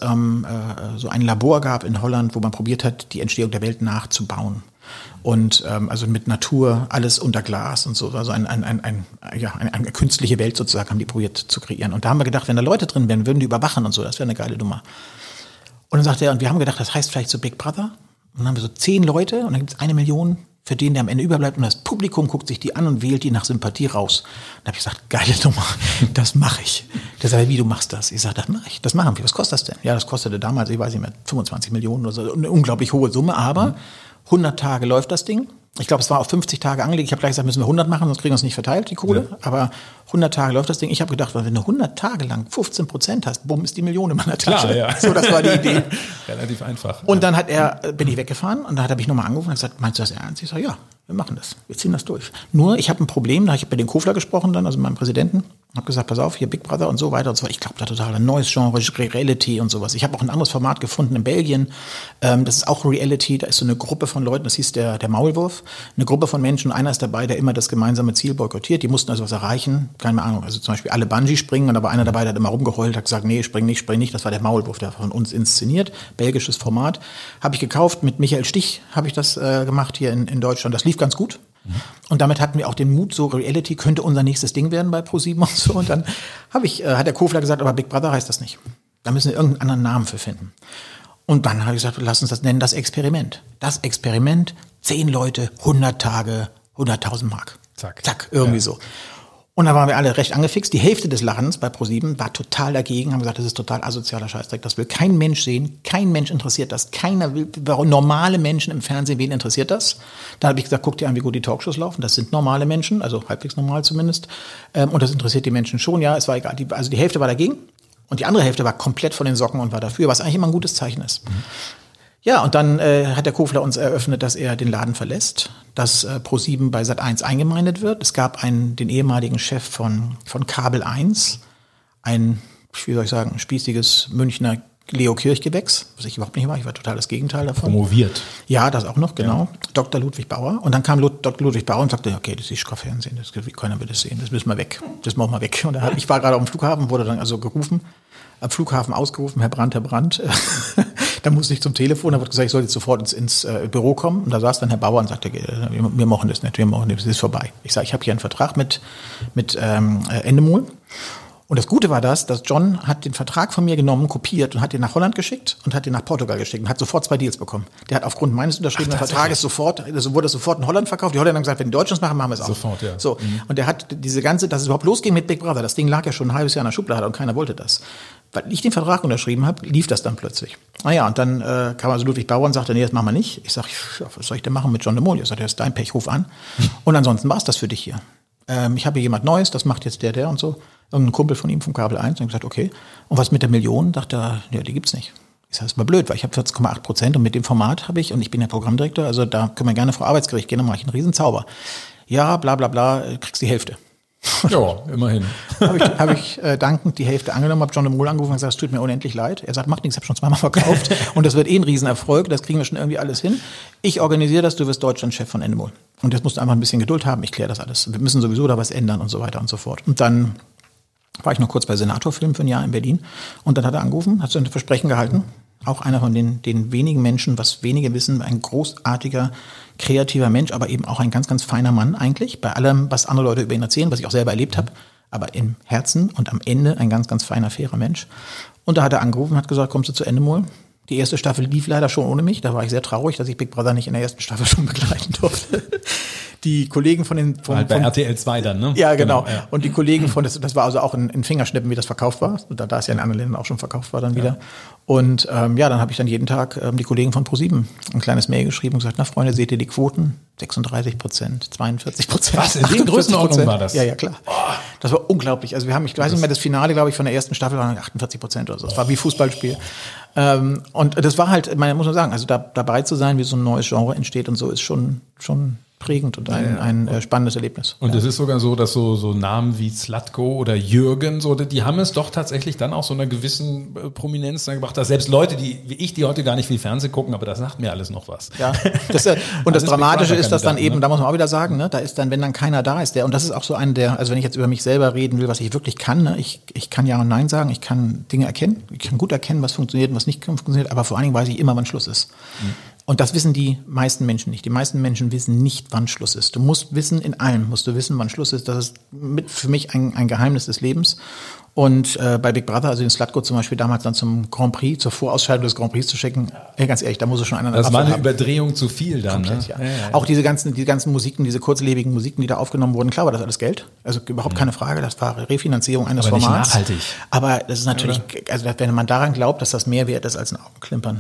so ein Labor gab in Holland, wo man probiert hat, die Entstehung der Welt nachzubauen. Und also mit Natur, alles unter Glas und so. Also eine künstliche Welt sozusagen haben die probiert zu kreieren. Und da haben wir gedacht, wenn da Leute drin wären, würden die überwachen und so. Das wäre eine geile Nummer. Und dann sagte er, und wir haben gedacht, das heißt vielleicht so Big Brother. Und dann haben wir so 10 Leute und dann gibt es 1 Million für den, der am Ende überbleibt, und das Publikum guckt sich die an und wählt die nach Sympathie raus. Und da habe ich gesagt, geile Nummer, das mache ich. Der sagt, wie, du machst das? Ich sage, das mache ich, das machen wir. Was kostet das denn? Ja, das kostete damals, ich weiß nicht mehr, 25 Millionen oder so, eine unglaublich hohe Summe, aber 100 Tage läuft das Ding. Ich glaube, es war auf 50 Tage angelegt. Ich habe gleich gesagt, müssen wir 100 machen, sonst kriegen wir es nicht verteilt, die Kohle. Ja. Aber 100 Tage läuft das Ding. Ich habe gedacht, wenn du 100 Tage lang 15% hast, bumm, ist die Million in meiner Tasche. Klar, ja. So, das war die Idee. Relativ einfach. Und dann bin ich weggefahren und da hat er mich nochmal angerufen und gesagt, meinst du das ernst? Ich sage, ja, wir machen das. Wir ziehen das durch. Nur, ich habe ein Problem, da habe ich bei den Kofler gesprochen dann, also meinem Präsidenten, habe gesagt, pass auf, hier Big Brother und so weiter und so. Ich glaube, da total ein neues Genre, Reality und sowas. Ich habe auch ein anderes Format gefunden in Belgien. Das ist auch Reality. Da ist so eine Gruppe von Leuten, das hieß der Maulwurf. Eine Gruppe von Menschen, einer ist dabei, der immer das gemeinsame Ziel boykottiert. Die mussten also was erreichen. Keine Ahnung, also zum Beispiel alle Bungee springen und da war einer dabei, der hat immer rumgeheult, hat gesagt, nee, spring nicht. Das war der Maulwurf, der von uns inszeniert. Belgisches Format. Habe ich gekauft. Mit Michael Stich habe ich das gemacht hier in Deutschland. Das lief ganz gut. Und damit hatten wir auch den Mut, so Reality könnte unser nächstes Ding werden bei Pro7 und so. Und dann hat der Kofler gesagt, aber Big Brother heißt das nicht. Da müssen wir irgendeinen anderen Namen für finden. Und dann habe ich gesagt, lass uns das nennen, das Experiment. Das Experiment, 10 Leute, 100 Tage, 100.000 Mark. Zack, irgendwie so. Und da waren wir alle recht angefixt. Die Hälfte des Lachens bei Pro7 war total dagegen, haben gesagt, das ist total asozialer Scheißdreck. Das will kein Mensch sehen, kein Mensch interessiert das. Keiner will, normale Menschen im Fernsehen, wen interessiert das? Dann habe ich gesagt, guck dir an, wie gut die Talkshows laufen. Das sind normale Menschen, also halbwegs normal zumindest. Und das interessiert die Menschen schon, ja, es war egal. Also die Hälfte war dagegen und die andere Hälfte war komplett von den Socken und war dafür, was eigentlich immer ein gutes Zeichen ist. Ja, und dann hat der Kofler uns eröffnet, dass er den Laden verlässt, dass Pro7 bei Sat.1 eingemeindet wird. Es gab den ehemaligen Chef von Kabel 1, ein spießiges Münchner Leo Kirchgewächs, was ich überhaupt nicht war. Ich war total das Gegenteil davon. Promoviert. Ja, das auch noch, genau. Ja. Dr. Ludwig Bauer. Und dann kam Dr. Ludwig Bauer und sagte, okay, das ist Fernsehen, keiner will das sehen, das müssen wir weg. Das machen wir weg. Und ich war gerade auf dem Flughafen, wurde dann also gerufen, am Flughafen ausgerufen, Herr Brandt. Da musste ich zum Telefon, da wurde gesagt, ich soll jetzt sofort ins Büro kommen. Und da saß dann Herr Bauer und sagte, wir machen das nicht, das ist vorbei. Ich sage, ich habe hier einen Vertrag mit Endemol. Und das Gute war dass John hat den Vertrag von mir genommen, kopiert und hat den nach Holland geschickt und hat den nach Portugal geschickt und hat sofort 2 Deals bekommen. Der hat aufgrund meines unterschriebenen Vertrages wurde es sofort in Holland verkauft. Die Holländer haben gesagt, wenn die Deutschen es machen, machen wir es auch. Sofort, ja. So. Und der hat dass es überhaupt losging mit Big Brother. Das Ding lag ja schon ein halbes Jahr in der Schublade und keiner wollte das. Weil ich den Vertrag unterschrieben habe, lief das dann plötzlich. Naja, und dann kam also Ludwig Bauer und sagte, nee, das machen wir nicht. Ich sage, was soll ich denn machen mit John de Mol? Er sagt, das ist dein Pech, ruf an. Und ansonsten war es das für dich hier. Ich habe hier jemand Neues, das macht jetzt der und so. Irgendein Kumpel von ihm vom Kabel 1. Und gesagt, okay. Und was mit der Million? Dachte er, ja, die gibt's nicht. Ich sage, das ist mal blöd, weil ich habe 14,8% und mit dem Format habe ich, und ich bin der Programmdirektor, also da können wir gerne vor Arbeitsgericht gehen, dann mache ich einen Riesenzauber. Ja, bla bla bla, kriegst die Hälfte. Ja, immerhin. Habe ich dankend die Hälfte angenommen, habe John de Mol angerufen und gesagt, es tut mir unendlich leid. Er sagt, macht nichts, ich habe schon 2-mal verkauft und das wird ein Riesenerfolg, das kriegen wir schon irgendwie alles hin. Ich organisiere das, du wirst Deutschlandchef von Endemol. Und jetzt musst du einfach ein bisschen Geduld haben, ich kläre das alles. Wir müssen sowieso da was ändern und so weiter und so fort. Und dann war ich noch kurz bei Senatorfilm für ein Jahr in Berlin und dann hat er angerufen, hat so ein Versprechen gehalten. Auch einer von den wenigen Menschen, was wenige wissen, ein großartiger, kreativer Mensch, aber eben auch ein ganz, ganz feiner Mann eigentlich. Bei allem, was andere Leute über ihn erzählen, was ich auch selber erlebt habe, aber im Herzen und am Ende ein ganz, ganz feiner, fairer Mensch. Und da hat er angerufen und hat gesagt, kommst du zu Endemol? Die erste Staffel lief leider schon ohne mich. Da war ich sehr traurig, dass ich Big Brother nicht in der ersten Staffel schon begleiten durfte. Die Kollegen von bei RTL 2 dann, ne? Ja, genau. Ja. Und die Kollegen das war also auch in Fingerschnippen, wie das verkauft war. Da es ja in anderen Ländern auch schon verkauft war dann wieder. Ja. Und dann habe ich dann jeden Tag die Kollegen von ProSieben ein kleines Mail geschrieben und gesagt, na Freunde, seht ihr die Quoten? 36%, 42%. Was, in den Größenordnungen war das? Ja, klar. Oh. Das war unglaublich. Also ich weiß nicht mehr, das Finale, glaube ich, von der ersten Staffel waren 48% oder so. Das war wie Fußballspiel. Und das war halt, muss man sagen, also dabei zu sein, wie so ein neues Genre entsteht und so, ist schon prägend und ein spannendes Erlebnis. Und es ist sogar so, dass so Namen wie Zlatko oder Jürgen, die haben es doch tatsächlich dann auch so einer gewissen Prominenz dann gebracht, dass selbst Leute, die heute gar nicht viel Fernsehen gucken, aber das sagt mir alles noch was. Ja, und das Dramatische ist, dass dann eben, da muss man auch wieder sagen, ne, da ist dann, wenn dann keiner da ist, und das ist auch so also wenn ich jetzt über mich selber reden will, was ich wirklich kann, ne, ich kann Ja und Nein sagen, ich kann Dinge erkennen, ich kann gut erkennen, was funktioniert und was nicht funktioniert, aber vor allen Dingen weiß ich immer, wann Schluss ist. Und das wissen die meisten Menschen nicht. Die meisten Menschen wissen nicht, wann Schluss ist. Du musst wissen, in allem musst du wissen, wann Schluss ist. Das ist für mich ein Geheimnis des Lebens. Und bei Big Brother, also den Zlatko zum Beispiel damals dann zum Grand Prix, zur Vorausscheidung des Grand Prix zu schicken, ganz ehrlich, da muss es schon einer. Das war eine Überdrehung zu viel dann. Komplett, ne? Ja. Ja. Auch die ganzen Musiken, diese kurzlebigen Musiken, die da aufgenommen wurden, klar war das alles Geld. Also überhaupt keine Frage, das war Refinanzierung eines aber Formats. Nicht nachhaltig. Aber das ist natürlich, also wenn man daran glaubt, dass das mehr wert ist als ein Augenklimpern.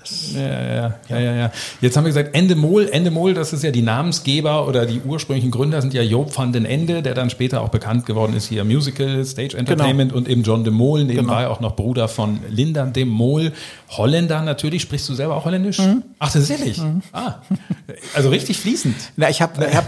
Ja. Jetzt haben wir gesagt, Endemol, das ist ja die Namensgeber oder die ursprünglichen Gründer sind ja Joop van den Ende, der dann später auch bekannt geworden ist hier Musical, Stage Entertainment und eben John de Mol, nebenbei auch noch Bruder von Linda de Mol. Holländer natürlich, sprichst du selber auch Holländisch? Ach, tatsächlich? Also richtig fließend. Na, als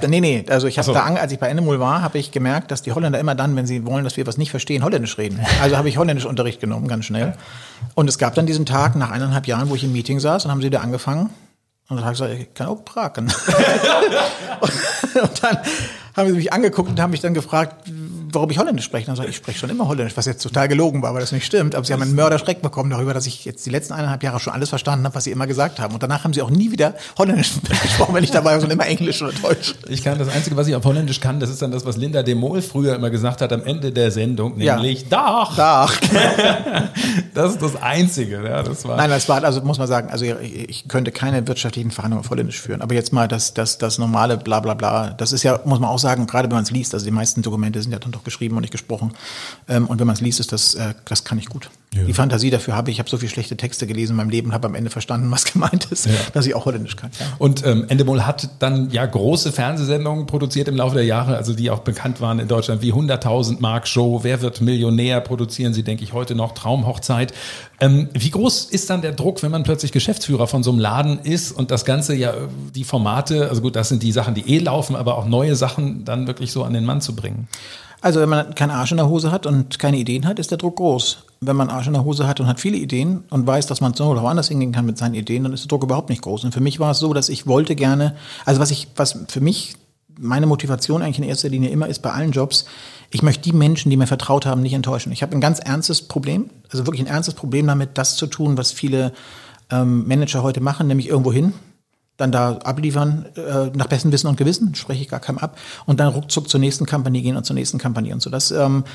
ich bei Endemol war, habe ich gemerkt, dass die Holländer immer dann, wenn sie wollen, dass wir was nicht verstehen, Holländisch reden. Also habe ich Holländischunterricht genommen, ganz schnell. Und es gab dann diesen Tag nach 1,5 Jahren, wo ich im Meeting saß und haben sie da angefangen. Und dann habe ich gesagt, ich kann auch praten. Und dann haben sie mich angeguckt und haben mich dann gefragt, warum ich Holländisch spreche. Dann sage ich spreche schon immer Holländisch, was jetzt total gelogen war, weil das nicht stimmt. Aber sie haben einen Mörderschreck bekommen darüber, dass ich jetzt die letzten 1,5 Jahre schon alles verstanden habe, was sie immer gesagt haben. Und danach haben sie auch nie wieder Holländisch gesprochen, wenn ich dabei war, sondern immer Englisch oder Deutsch. Ich kann das Einzige, was ich auf Holländisch kann, das ist dann das, was Linda de Mol früher immer gesagt hat am Ende der Sendung, nämlich Dach. Das ist das Einzige. Ja, Nein, das war, also muss man sagen, also ich könnte keine wirtschaftlichen Verhandlungen auf Holländisch führen. Aber jetzt mal das normale Blablabla, das ist ja, muss man auch sagen, gerade wenn man es liest, also die meisten Dokumente sind ja dann doch geschrieben und nicht gesprochen. Und wenn man es liest, ist das kann ich gut. Ja. Die Fantasie dafür habe ich. Ich habe so viele schlechte Texte gelesen in meinem Leben und habe am Ende verstanden, was gemeint ist, dass ich auch Holländisch kann. Ja. Und Endemol hat dann ja große Fernsehsendungen produziert im Laufe der Jahre, also die auch bekannt waren in Deutschland, wie 100.000 Mark Show, Wer wird Millionär, produzieren sie, denke ich, heute noch, Traumhochzeit. Wie groß ist dann der Druck, wenn man plötzlich Geschäftsführer von so einem Laden ist und das Ganze ja, die Formate, also gut, das sind die Sachen, die laufen, aber auch neue Sachen dann wirklich so an den Mann zu bringen? Also wenn man keinen Arsch in der Hose hat und keine Ideen hat, ist der Druck groß. Wenn man Arsch in der Hose hat und hat viele Ideen und weiß, dass man so oder woanders hingehen kann mit seinen Ideen, dann ist der Druck überhaupt nicht groß. Und für mich war es so, dass ich wollte gerne, also was für mich meine Motivation eigentlich in erster Linie immer ist bei allen Jobs, ich möchte die Menschen, die mir vertraut haben, nicht enttäuschen. Ich habe ein ganz ernstes Problem, also wirklich ein ernstes Problem damit, das zu tun, was viele Manager heute machen, nämlich irgendwo hin, dann da abliefern, nach bestem Wissen und Gewissen, spreche ich gar keinem ab, und dann ruckzuck zur nächsten Kampagne gehen und zur nächsten Kampagne und so.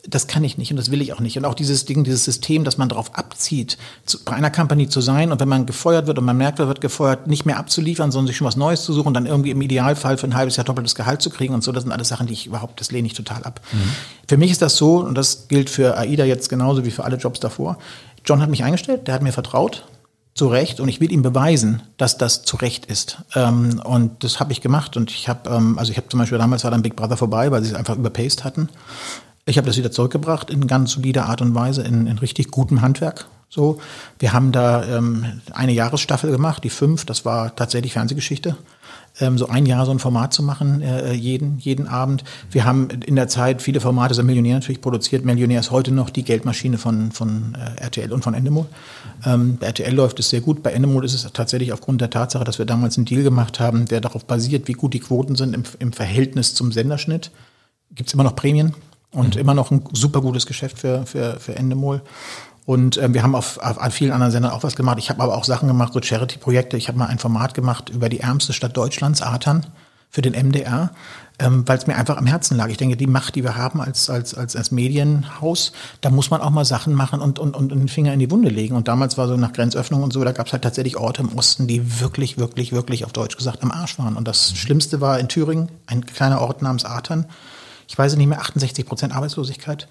das kann ich nicht und das will ich auch nicht. Und auch dieses System, dass man darauf abzieht, bei einer Company zu sein und wenn man gefeuert wird und man merkt, man wird gefeuert, nicht mehr abzuliefern, sondern sich schon was Neues zu suchen und dann irgendwie im Idealfall für ein halbes Jahr doppeltes Gehalt zu kriegen und so, das sind alles Sachen, das lehne ich total ab. Für mich ist das so, und das gilt für AIDA jetzt genauso wie für alle Jobs davor, John hat mich eingestellt, der hat mir vertraut, zu Recht, und ich will ihm beweisen, dass das zu Recht ist. Und das habe ich gemacht und ich habe zum Beispiel, damals war dann Big Brother vorbei, weil sie es einfach überpaced hatten. Ich habe das wieder zurückgebracht in ganz solider Art und Weise, in richtig gutem Handwerk. So, wir haben da eine Jahresstaffel gemacht, die 5, das war tatsächlich Fernsehgeschichte. So ein Jahr so ein Format zu machen, jeden Abend. Wir haben in der Zeit viele Formate, so Millionär natürlich produziert. Millionär ist heute noch die Geldmaschine von RTL und von Endemol. Bei RTL läuft es sehr gut. Bei Endemol ist es tatsächlich aufgrund der Tatsache, dass wir damals einen Deal gemacht haben, der darauf basiert, wie gut die Quoten sind im Verhältnis zum Senderschnitt. Gibt's immer noch Prämien und immer noch ein super gutes Geschäft für Endemol. Und wir haben auf vielen anderen Sendern auch was gemacht. Ich habe aber auch Sachen gemacht, so Charity-Projekte. Ich habe mal ein Format gemacht über die ärmste Stadt Deutschlands, Artern, für den MDR, weil es mir einfach am Herzen lag. Ich denke, die Macht, die wir haben als Medienhaus, da muss man auch mal Sachen machen und den Finger in die Wunde legen. Und damals war so nach Grenzöffnung und so, da gab es halt tatsächlich Orte im Osten, die wirklich, wirklich, wirklich auf Deutsch gesagt am Arsch waren. Und das Schlimmste war in Thüringen, ein kleiner Ort namens Artern. Ich weiß nicht mehr, 68% Arbeitslosigkeit.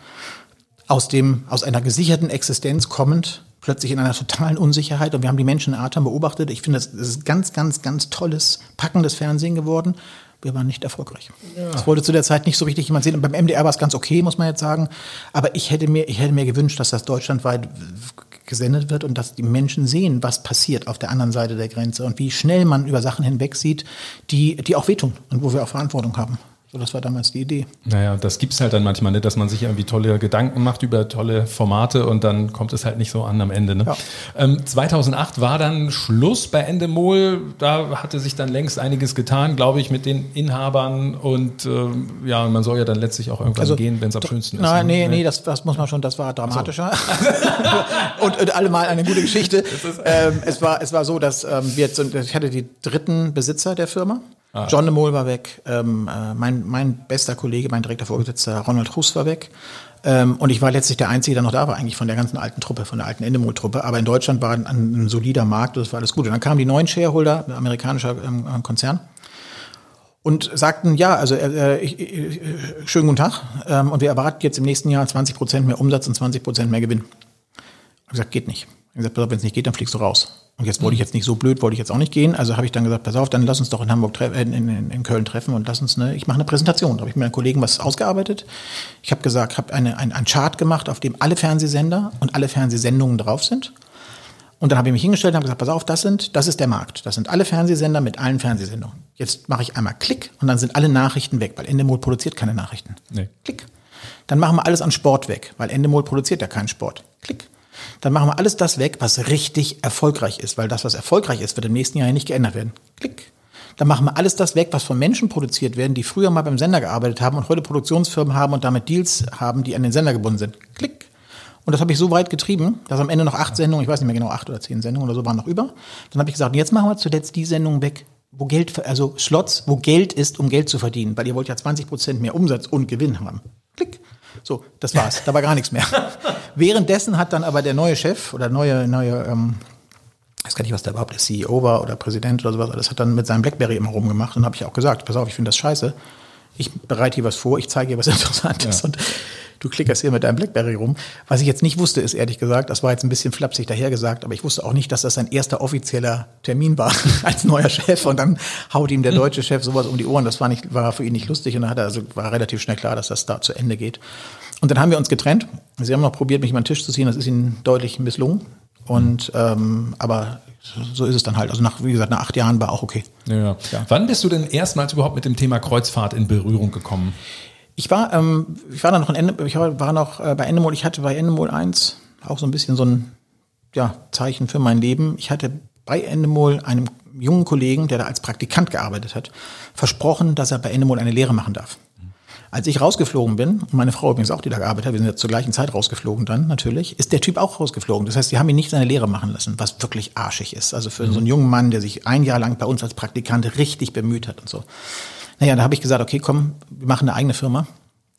Aus einer gesicherten Existenz kommend, plötzlich in einer totalen Unsicherheit. Und wir haben die Menschen in Artern beobachtet. Ich finde, das ist ganz, ganz, ganz tolles, packendes Fernsehen geworden. Wir waren nicht erfolgreich. Ja. Das wollte zu der Zeit nicht so richtig jemand sehen. Und beim MDR war es ganz okay, muss man jetzt sagen. Aber ich hätte mir gewünscht, dass das deutschlandweit gesendet wird und dass die Menschen sehen, was passiert auf der anderen Seite der Grenze und wie schnell man über Sachen hinweg sieht, die auch wehtun und wo wir auch Verantwortung haben. So, das war damals die Idee. Naja, das gibt's halt dann manchmal, ne, dass man sich irgendwie tolle Gedanken macht über tolle Formate und dann kommt es halt nicht so an am Ende. Ne? Ja. 2008 war dann Schluss bei Endemol. Da hatte sich dann längst einiges getan, glaube ich, mit den Inhabern und man soll ja dann letztlich auch irgendwann gehen, wenn es am schönsten ist. Nee, das muss man schon, das war dramatischer. So. und allemal eine gute Geschichte. Es war so, dass ich hatte die dritten Besitzer der Firma. John de Mol war weg, mein bester Kollege, mein direkter Vorgesetzter Ronald Hus war weg und ich war letztlich der Einzige, der noch da war eigentlich von der ganzen alten Truppe, von der alten Endemol-Truppe, aber in Deutschland war ein solider Markt, das war alles gut. Und dann kamen die neuen Shareholder, ein amerikanischer Konzern, und sagten, schönen guten Tag, und wir erwarten jetzt im nächsten Jahr 20% mehr Umsatz und 20% mehr Gewinn. Ich habe gesagt, geht nicht. Ich habe gesagt, wenn es nicht geht, dann fliegst du raus. Und jetzt wollte ich jetzt auch nicht gehen. Also habe ich dann gesagt, pass auf, dann lass uns doch in Hamburg in Köln treffen und ich mache eine Präsentation. Da habe ich mit meinen Kollegen was ausgearbeitet. Ich habe gesagt, habe ein Chart gemacht, auf dem alle Fernsehsender und alle Fernsehsendungen drauf sind. Und dann habe ich mich hingestellt und habe gesagt, pass auf, das ist der Markt. Das sind alle Fernsehsender mit allen Fernsehsendungen. Jetzt mache ich einmal Klick und dann sind alle Nachrichten weg, weil Endemol produziert keine Nachrichten. Nee. Klick. Dann machen wir alles an Sport weg, weil Endemol produziert ja keinen Sport. Klick. Dann machen wir alles das weg, was richtig erfolgreich ist, weil das, was erfolgreich ist, wird im nächsten Jahr nicht geändert werden. Klick. Dann machen wir alles das weg, was von Menschen produziert werden, die früher mal beim Sender gearbeitet haben und heute Produktionsfirmen haben und damit Deals haben, die an den Sender gebunden sind. Klick. Und das habe ich so weit getrieben, dass am Ende noch 8 Sendungen, ich weiß nicht mehr genau, 8 oder 10 Sendungen oder so waren noch über. Dann habe ich gesagt, jetzt machen wir zuletzt die Sendungen weg, Slots, wo Geld ist, um Geld zu verdienen, weil ihr wollt ja 20% mehr Umsatz und Gewinn haben. Klick. So, das war's. Da war gar nichts mehr. Währenddessen hat dann aber der neue Chef oder neue, ich weiß gar nicht, was da überhaupt der CEO war oder Präsident oder sowas, das hat dann mit seinem BlackBerry immer rumgemacht und habe ich auch gesagt, pass auf, ich finde das scheiße. Ich bereite hier was vor, ich zeige hier was Interessantes und du klickerst hier mit deinem BlackBerry rum. Was ich jetzt nicht wusste, ist ehrlich gesagt, das war jetzt ein bisschen flapsig dahergesagt, aber ich wusste auch nicht, dass das sein erster offizieller Termin war als neuer Chef und dann haut ihm der deutsche Chef sowas um die Ohren. Das war für ihn nicht lustig und dann war relativ schnell klar, dass das da zu Ende geht. Und dann haben wir uns getrennt. Sie haben noch probiert, mich über den Tisch zu ziehen, das ist ihnen deutlich misslungen. Und aber so ist es dann halt. Also wie gesagt, nach 8 Jahren war auch okay. Ja. Wann bist du denn erstmals überhaupt mit dem Thema Kreuzfahrt in Berührung gekommen? Ich war noch bei Endemol. Ich hatte bei Endemol 1 auch so ein bisschen so ein Zeichen für mein Leben. Ich hatte bei Endemol einem jungen Kollegen, der da als Praktikant gearbeitet hat, versprochen, dass er bei Endemol eine Lehre machen darf. Als ich rausgeflogen bin, und meine Frau übrigens auch, die da gearbeitet hat, wir sind ja zur gleichen Zeit rausgeflogen dann natürlich, ist der Typ auch rausgeflogen. Das heißt, die haben ihn nicht seine Lehre machen lassen, was wirklich arschig ist. Also für so einen jungen Mann, der sich 1 Jahr lang bei uns als Praktikant richtig bemüht hat und so. Naja, da habe ich gesagt, okay, komm, wir machen eine eigene Firma.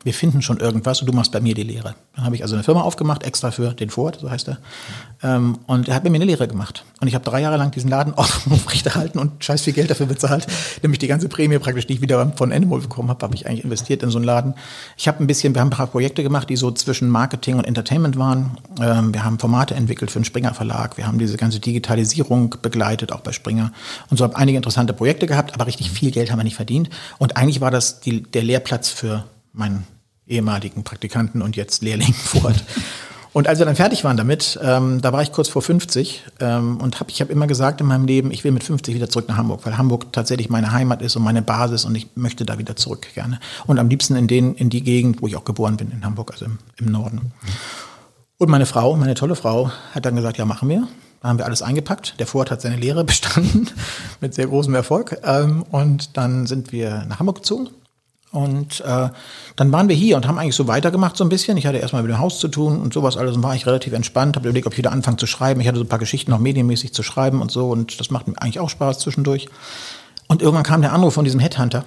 wir finden schon irgendwas und du machst bei mir die Lehre. Dann habe ich also eine Firma aufgemacht, extra für den Ford, so heißt er. Und er hat bei mir eine Lehre gemacht. Und ich habe 3 Jahre lang diesen Laden aufrechterhalten und scheiß viel Geld dafür bezahlt, nämlich die ganze Prämie praktisch, die ich wieder von Endemol bekommen habe ich eigentlich investiert in so einen Laden. Wir haben ein paar Projekte gemacht, die so zwischen Marketing und Entertainment waren. Wir haben Formate entwickelt für den Springer Verlag. Wir haben diese ganze Digitalisierung begleitet, auch bei Springer. Und so habe einige interessante Projekte gehabt, aber richtig viel Geld haben wir nicht verdient. Und eigentlich war das der Lehrplatz für meinen ehemaligen Praktikanten und jetzt Lehrling Ford. Und als wir dann fertig waren damit, da war ich kurz vor 50 und ich habe immer gesagt in meinem Leben, ich will mit 50 wieder zurück nach Hamburg, weil Hamburg tatsächlich meine Heimat ist und meine Basis und ich möchte da wieder zurück gerne. Und am liebsten in die Gegend, wo ich auch geboren bin, in Hamburg, also im Norden. Und meine tolle Frau, hat dann gesagt, ja, machen wir. Da haben wir alles eingepackt. Der Ford hat seine Lehre bestanden mit sehr großem Erfolg. Und dann sind wir nach Hamburg gezogen. Und dann waren wir hier und haben eigentlich so weitergemacht so ein bisschen. Ich hatte erstmal mit dem Haus zu tun und sowas alles und war ich relativ entspannt. Habe überlegt, ob ich wieder anfange zu schreiben. Ich hatte so ein paar Geschichten noch medienmäßig zu schreiben und so und das macht mir eigentlich auch Spaß zwischendurch. Und irgendwann kam der Anruf von diesem Headhunter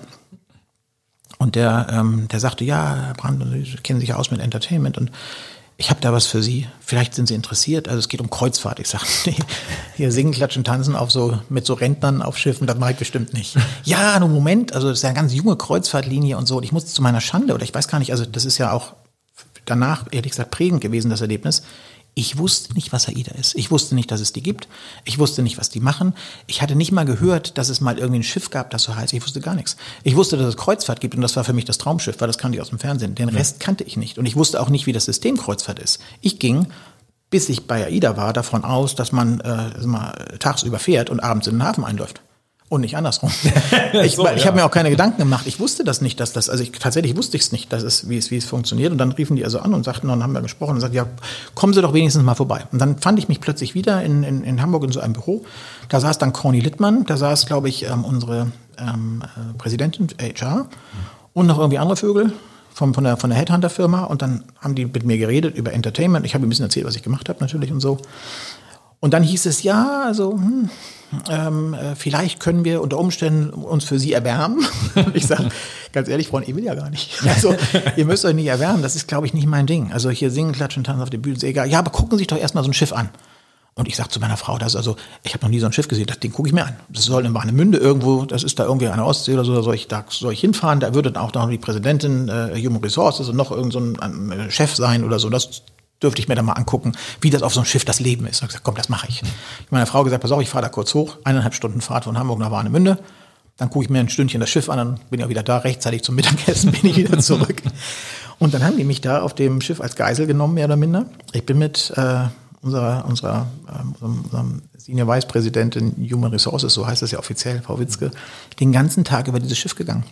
und der sagte, ja, Herr Brandt, Sie kennen sich ja aus mit Entertainment und ich habe da was für Sie. Vielleicht sind Sie interessiert. Also es geht um Kreuzfahrt. Ich sage, nee, hier singen, klatschen, tanzen mit so Rentnern auf Schiffen, das mache ich bestimmt nicht. Ja, nur Moment, also das ist ja eine ganz junge Kreuzfahrtlinie und so. Und ich musste zu meiner Schande, oder ich weiß gar nicht, also das ist ja auch danach, ehrlich gesagt, prägend gewesen, das Erlebnis. Ich wusste nicht, was AIDA ist. Ich wusste nicht, dass es die gibt. Ich wusste nicht, was die machen. Ich hatte nicht mal gehört, dass es mal irgendwie ein Schiff gab, das so heißt. Ich wusste gar nichts. Ich wusste, dass es Kreuzfahrt gibt und das war für mich das Traumschiff, weil das kannte ich aus dem Fernsehen. Den Rest kannte ich nicht. Und ich wusste auch nicht, wie das System Kreuzfahrt ist. Ich ging, bis ich bei AIDA war, davon aus, dass man tagsüber fährt und abends in den Hafen einläuft. Und nicht andersrum. Ich habe mir auch keine Gedanken gemacht. Ich wusste das nicht, tatsächlich wusste ich es nicht, wie es funktioniert. Und dann riefen die also an und sagten, und haben wir gesprochen und sagten, ja, kommen Sie doch wenigstens mal vorbei. Und dann fand ich mich plötzlich wieder in Hamburg in so einem Büro. Da saß dann Corny Littmann, da saß, glaube ich, unsere Präsidentin HR und noch irgendwie andere Vögel von der Headhunter-Firma. Und dann haben die mit mir geredet über Entertainment. Ich habe ein bisschen erzählt, was ich gemacht habe natürlich und so. Und dann hieß es, ja, also vielleicht können wir unter Umständen uns für Sie erwärmen. Ich sage, ganz ehrlich, Freund, ich will ja gar nicht. Also ihr müsst euch nicht erwärmen, das ist, glaube ich, nicht mein Ding. Also hier singen, klatschen, tanzen auf der Bühne, ist egal. Ja, aber gucken Sie sich doch erstmal so ein Schiff an. Und ich sage zu meiner Frau, ich habe noch nie so ein Schiff gesehen, das Ding gucke ich mir an. Das soll in Warnemünde irgendwo, das ist da irgendwie an der Ostsee oder so, da soll ich hinfahren. Da würde dann auch noch die Präsidentin Human Resources und noch irgend so ein Chef sein oder so. Das dürfte ich mir dann mal angucken, wie das auf so einem Schiff das Leben ist. Und ich gesagt, komm, das mache ich. Ich habe meiner Frau gesagt, pass auf, ich fahre da kurz hoch, 1,5 Stunden Fahrt von Hamburg nach Warnemünde. Dann gucke ich mir ein Stündchen das Schiff an, dann bin ich auch wieder da, rechtzeitig zum Mittagessen bin ich wieder zurück. Und dann haben die mich da auf dem Schiff als Geisel genommen, mehr oder minder. Ich bin mit unserem Senior Vice Präsidentin Human Resources, so heißt das ja offiziell, Frau Witzke, den ganzen Tag über dieses Schiff gegangen.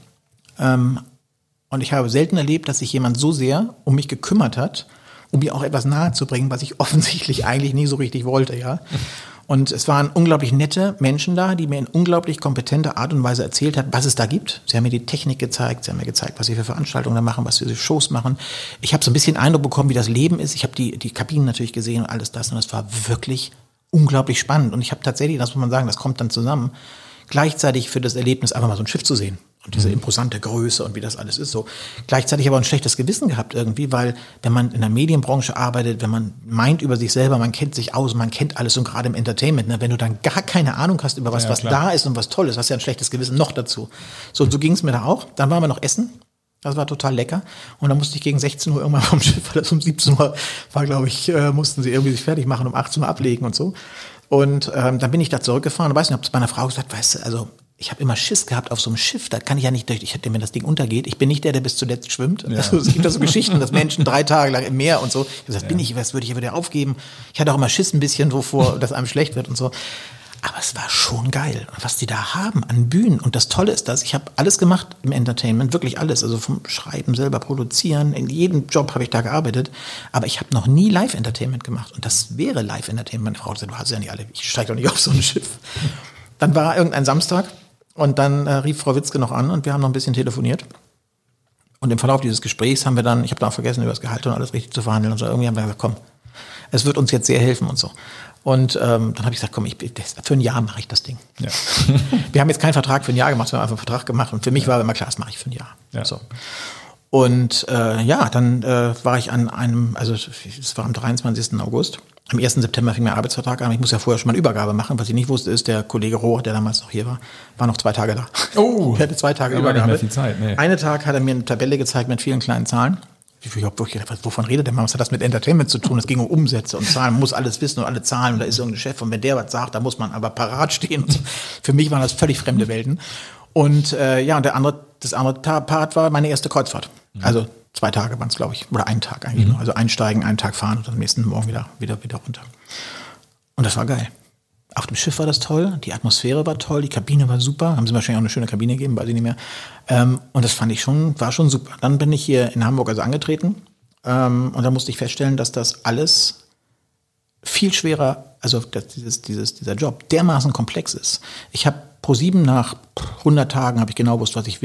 Und ich habe selten erlebt, dass sich jemand so sehr um mich gekümmert hat, um mir auch etwas nahezubringen, was ich offensichtlich eigentlich nie so richtig wollte, ja. Und es waren unglaublich nette Menschen da, die mir in unglaublich kompetenter Art und Weise erzählt haben, was es da gibt. Sie haben mir die Technik gezeigt, sie haben mir gezeigt, was sie für Veranstaltungen da machen, was sie für Shows machen. Ich habe so ein bisschen Eindruck bekommen, wie das Leben ist. Ich habe die Kabinen natürlich gesehen und alles das und es war wirklich unglaublich spannend. Und ich habe tatsächlich, das muss man sagen, das kommt dann zusammen, gleichzeitig für das Erlebnis einfach mal so ein Schiff zu sehen. Und diese imposante Größe und wie das alles ist so. Gleichzeitig aber ein schlechtes Gewissen gehabt irgendwie, weil wenn man in der Medienbranche arbeitet, wenn man meint über sich selber, man kennt sich aus, man kennt alles und gerade im Entertainment, ne, wenn du dann gar keine Ahnung hast über was da ist und was toll ist, hast du ja ein schlechtes Gewissen noch dazu. So ging es mir da auch. Dann waren wir noch essen. Das war total lecker. Und dann musste ich gegen 16 Uhr irgendwann vom Schiff, weil das um 17 Uhr war, glaube ich, mussten sie irgendwie sich fertig machen, um 18 Uhr ablegen und so. Und dann bin ich da zurückgefahren. Ich weiß nicht, ob es meiner Frau gesagt, weißt du, also ich habe immer Schiss gehabt auf so einem Schiff, da kann ich ja nicht durch, wenn das Ding untergeht, ich bin nicht der bis zuletzt schwimmt. Ja. Also, es gibt da so Geschichten, dass Menschen 3 Tage lang im Meer und so. Ich habe gesagt, was würde ich wieder aufgeben? Ich hatte auch immer Schiss ein bisschen, wovor, dass einem schlecht wird und so. Aber es war schon geil, was die da haben an Bühnen. Und das Tolle ist, dass ich habe alles gemacht im Entertainment, wirklich alles. Also vom Schreiben, selber produzieren, in jedem Job habe ich da gearbeitet. Aber ich habe noch nie Live-Entertainment gemacht. Und das wäre Live-Entertainment. Meine Frau hat gesagt, du hast ja nicht alle, ich steige doch nicht auf so ein Schiff. Dann war irgendein Samstag und dann rief Frau Witzke noch an und wir haben noch ein bisschen telefoniert. Und im Verlauf dieses Gesprächs haben wir dann, ich habe dann auch vergessen, über das Gehalt und alles richtig zu verhandeln. Und so irgendwie haben wir gesagt, komm, es wird uns jetzt sehr helfen und so. Und dann habe ich gesagt, komm, für ein Jahr mache ich das Ding. Ja. Wir haben jetzt keinen Vertrag für ein Jahr gemacht, wir haben einfach einen Vertrag gemacht. Und für mich war immer klar, das mache ich für ein Jahr. Ja. So. Und dann war ich an einem, also es war am 23. August. Am 1. September fing mein Arbeitsvertrag an. Ich muss ja vorher schon mal eine Übergabe machen. Was ich nicht wusste, ist, der Kollege Rohr, der damals noch hier war noch 2 Tage da. Oh! Er hatte 2 Tage Übergabe. Übergabe. Nicht mehr viel Zeit, nee. Einen Tag hat er mir eine Tabelle gezeigt mit vielen kleinen Zahlen. Wovon redet der Mann? Was hat das mit Entertainment zu tun? Es ging um Umsätze und Zahlen. Man muss alles wissen und alle Zahlen. Und da ist irgendein Chef. Und wenn der was sagt, da muss man aber parat stehen. Und so. Für mich waren das völlig fremde Welten. Und das andere Part war meine erste Kreuzfahrt. Also 2 Tage waren es, glaube ich. Oder 1 Tag eigentlich nur. Also einsteigen, 1 Tag fahren und am nächsten Morgen wieder runter. Und das war geil. Auf dem Schiff war das toll, die Atmosphäre war toll, die Kabine war super. Haben sie wahrscheinlich auch eine schöne Kabine gegeben, weiß ich nicht mehr. Und das war schon super. Dann bin ich hier in Hamburg angetreten. Und dann musste ich feststellen, dass das alles viel schwerer, also dass dieser Job dermaßen komplex ist. Ich habe ProSieben nach 100 Tagen habe ich genau gewusst, was ich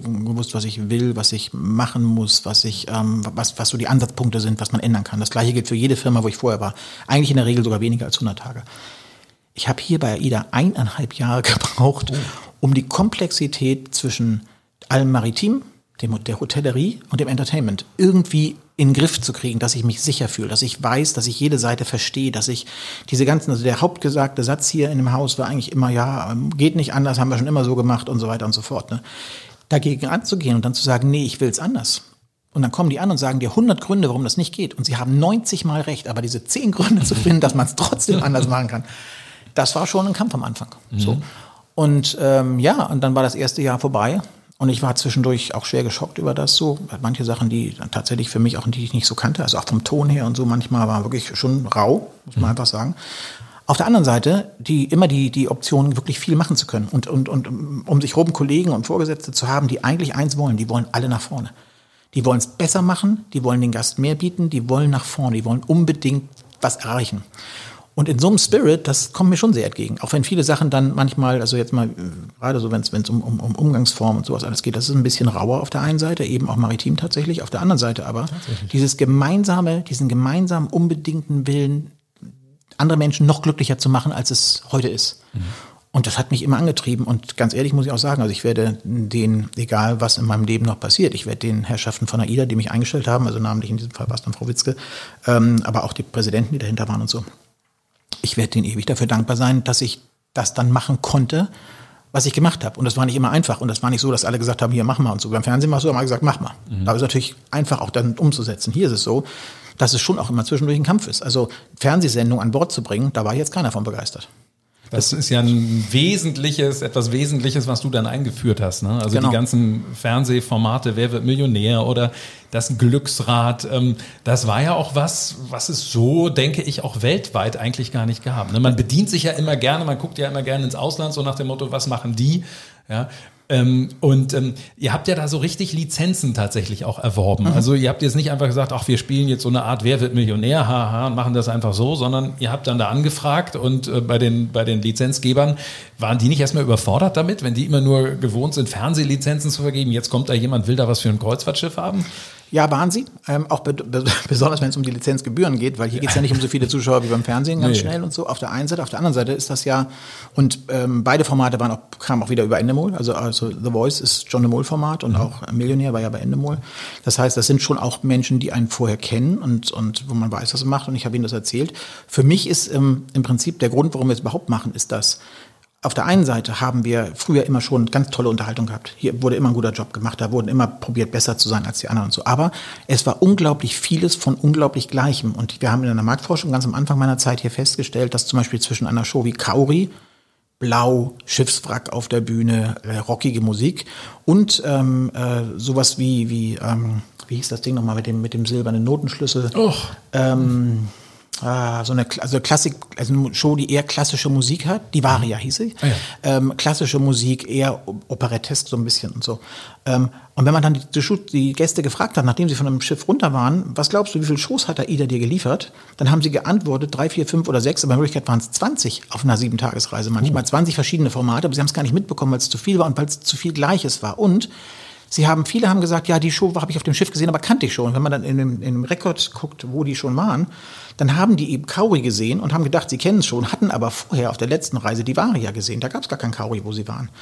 will, was ich machen muss, was so die Ansatzpunkte sind, was man ändern kann. Das Gleiche gilt für jede Firma, wo ich vorher war. Eigentlich in der Regel sogar weniger als 100 Tage. Ich habe hier bei AIDA 1,5 Jahre gebraucht, um die Komplexität zwischen allem Maritim, der Hotellerie und dem Entertainment irgendwie in den Griff zu kriegen, dass ich mich sicher fühle, dass ich weiß, dass ich jede Seite verstehe, dass ich diese ganzen, also der hauptgesagte Satz hier in dem Haus war eigentlich immer, ja, geht nicht anders, haben wir schon immer so gemacht und so weiter und so fort. Ne? Dagegen anzugehen und dann zu sagen, nee, ich will es anders. Und dann kommen die an und sagen dir 100 Gründe, warum das nicht geht. Und sie haben 90 Mal recht, aber diese 10 Gründe zu finden, dass man es trotzdem anders machen kann, das war schon ein Kampf am Anfang. So. Und und dann war das erste Jahr vorbei. Und ich war zwischendurch auch schwer geschockt über das so. Manche Sachen, die tatsächlich für mich auch, die ich nicht so kannte, also auch vom Ton her und so, manchmal war wirklich schon rau, muss man einfach sagen. Auf der anderen Seite, die Option, wirklich viel machen zu können und um sich rum Kollegen und Vorgesetzte zu haben, die eigentlich eins wollen, die wollen alle nach vorne. Die wollen es besser machen, die wollen den Gast mehr bieten, die wollen nach vorne, die wollen unbedingt was erreichen. Und in so einem Spirit, das kommt mir schon sehr entgegen. Auch wenn viele Sachen dann manchmal, also jetzt mal gerade so, wenn es um Umgangsform und sowas alles geht, das ist ein bisschen rauer auf der einen Seite, eben auch maritim tatsächlich, auf der anderen Seite aber diesen gemeinsamen unbedingten Willen, andere Menschen noch glücklicher zu machen, als es heute ist. Mhm. Und das hat mich immer angetrieben. Und ganz ehrlich muss ich auch sagen, also ich werde den, egal was in meinem Leben noch passiert, ich werde den Herrschaften von AIDA, die mich eingestellt haben, also namentlich in diesem Fall war es dann Frau Witzke, aber auch die Präsidenten, die dahinter waren und so, ich werde denen ewig dafür dankbar sein, dass ich das dann machen konnte, was ich gemacht habe. Und das war nicht immer einfach. Und das war nicht so, dass alle gesagt haben, hier, mach mal und so. Beim Fernsehen war es so, haben alle gesagt, mach mal. Mhm. Aber es ist natürlich einfach auch dann umzusetzen. Hier ist es so, dass es schon auch immer zwischendurch ein Kampf ist. Also Fernsehsendung an Bord zu bringen, da war jetzt keiner von begeistert. Das ist ja etwas Wesentliches, was du dann eingeführt hast, ne? Also genau. Die ganzen Fernsehformate, Wer wird Millionär oder das Glücksrad, das war ja auch was es so, denke ich, auch weltweit eigentlich gar nicht gab. Ne? Man bedient sich ja immer gerne, man guckt ja immer gerne ins Ausland, so nach dem Motto, was machen die? Ja. Ihr habt ja da so richtig Lizenzen tatsächlich auch erworben. Mhm. Also ihr habt jetzt nicht einfach gesagt, ach, wir spielen jetzt so eine Art Wer wird Millionär, haha, und machen das einfach so, sondern ihr habt dann da angefragt und bei den Lizenzgebern, waren die nicht erstmal überfordert damit, wenn die immer nur gewohnt sind, Fernsehlizenzen zu vergeben, jetzt kommt da jemand, will da was für ein Kreuzfahrtschiff haben? Ja, waren sie. Auch besonders, wenn es um die Lizenzgebühren geht, weil hier geht es ja nicht um so viele Zuschauer wie beim Fernsehen ganz schnell und so. Auf der einen Seite. Auf der anderen Seite ist das ja, und beide Formate kamen auch wieder über Endemol. Also The Voice ist John de Mol-Format und auch Millionär war ja bei Endemol. Das heißt, das sind schon auch Menschen, die einen vorher kennen und wo man weiß, was er macht. Und ich habe ihnen das erzählt. Für mich ist im Prinzip der Grund, warum wir es überhaupt machen, ist das. Auf der einen Seite haben wir früher immer schon ganz tolle Unterhaltung gehabt. Hier wurde immer ein guter Job gemacht, da wurden immer probiert, besser zu sein als die anderen und so. Aber es war unglaublich vieles von unglaublich Gleichem. Und wir haben in einer Marktforschung ganz am Anfang meiner Zeit hier festgestellt, dass zum Beispiel zwischen einer Show wie Kauri, Blau, Schiffswrack auf der Bühne, rockige Musik und sowas wie hieß das Ding nochmal mit dem silbernen Notenschlüssel? So eine Klassik, also eine Show, die eher klassische Musik hat. Die Varia hieß sie. Ah, ja. Klassische Musik, eher operettesk so ein bisschen und so. Und wenn man dann die Gäste gefragt hat, nachdem sie von einem Schiff runter waren, was glaubst du, wie viele Shows hat AIDA dir geliefert? Dann haben sie geantwortet, 3, 4, 5 oder 6, aber in Wirklichkeit waren es 20 auf einer 7-Tagesreise. Manchmal 20 verschiedene Formate, aber sie haben es gar nicht mitbekommen, weil es zu viel war und weil es zu viel Gleiches war. Und viele haben gesagt, ja, die Show habe ich auf dem Schiff gesehen, aber kannte ich schon. Und wenn man dann in dem Rekord guckt, wo die schon waren, dann haben die eben Kauri gesehen und haben gedacht, sie kennen es schon, hatten aber vorher auf der letzten Reise die Varia gesehen. Da gab es gar kein Kauri, wo sie waren.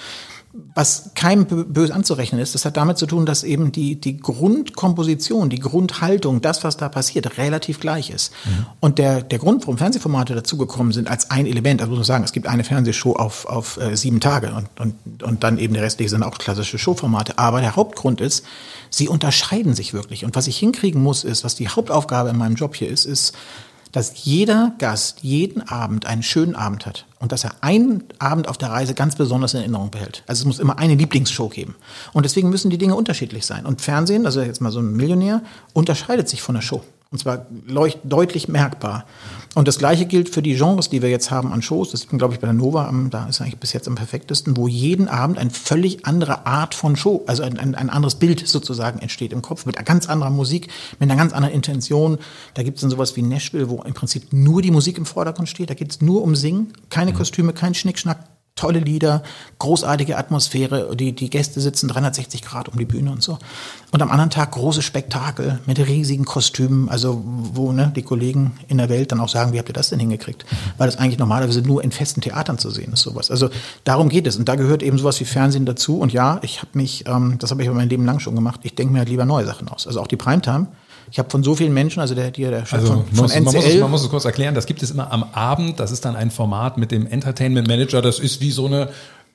Was keinem böse anzurechnen ist, das hat damit zu tun, dass eben die Grundkomposition, die Grundhaltung, das, was da passiert, relativ gleich ist. Und der Grund, warum Fernsehformate dazugekommen sind, als ein Element, also muss man sagen, es gibt eine Fernsehshow auf 7 Tage und dann eben der restliche sind auch klassische Showformate. Aber der Hauptgrund ist, sie unterscheiden sich wirklich. Und was ich hinkriegen muss, ist, was die Hauptaufgabe in meinem Job hier ist, dass jeder Gast jeden Abend einen schönen Abend hat und dass er einen Abend auf der Reise ganz besonders in Erinnerung behält. Also es muss immer eine Lieblingsshow geben. Und deswegen müssen die Dinge unterschiedlich sein. Und Fernsehen, also jetzt mal so ein Millionär, unterscheidet sich von der Show. Und zwar deutlich merkbar. Und das Gleiche gilt für die Genres, die wir jetzt haben an Shows. Das ist, glaube ich, bei der Nova, da ist eigentlich bis jetzt am perfektesten, wo jeden Abend eine völlig andere Art von Show, also ein anderes Bild sozusagen entsteht im Kopf, mit einer ganz anderen Musik, mit einer ganz anderen Intention. Da gibt es dann sowas wie Nashville, wo im Prinzip nur die Musik im Vordergrund steht. Da geht es nur um Singen, keine Kostüme, kein Schnickschnack. Tolle Lieder, großartige Atmosphäre, die Gäste sitzen 360 Grad um die Bühne und so. Und am anderen Tag große Spektakel mit riesigen Kostümen, also wo die Kollegen in der Welt dann auch sagen, wie habt ihr das denn hingekriegt? Weil das eigentlich normalerweise nur in festen Theatern zu sehen ist, sowas. Also darum geht es. Und da gehört eben sowas wie Fernsehen dazu. Und ja, ich habe mich, das habe ich mein Leben lang schon gemacht, ich denke mir halt lieber neue Sachen aus. Also auch die Primetime. Ich habe von so vielen Menschen, also der Chef von NCL. Man muss es kurz erklären, das gibt es immer am Abend, das ist dann ein Format mit dem Entertainment Manager, das ist wie so eine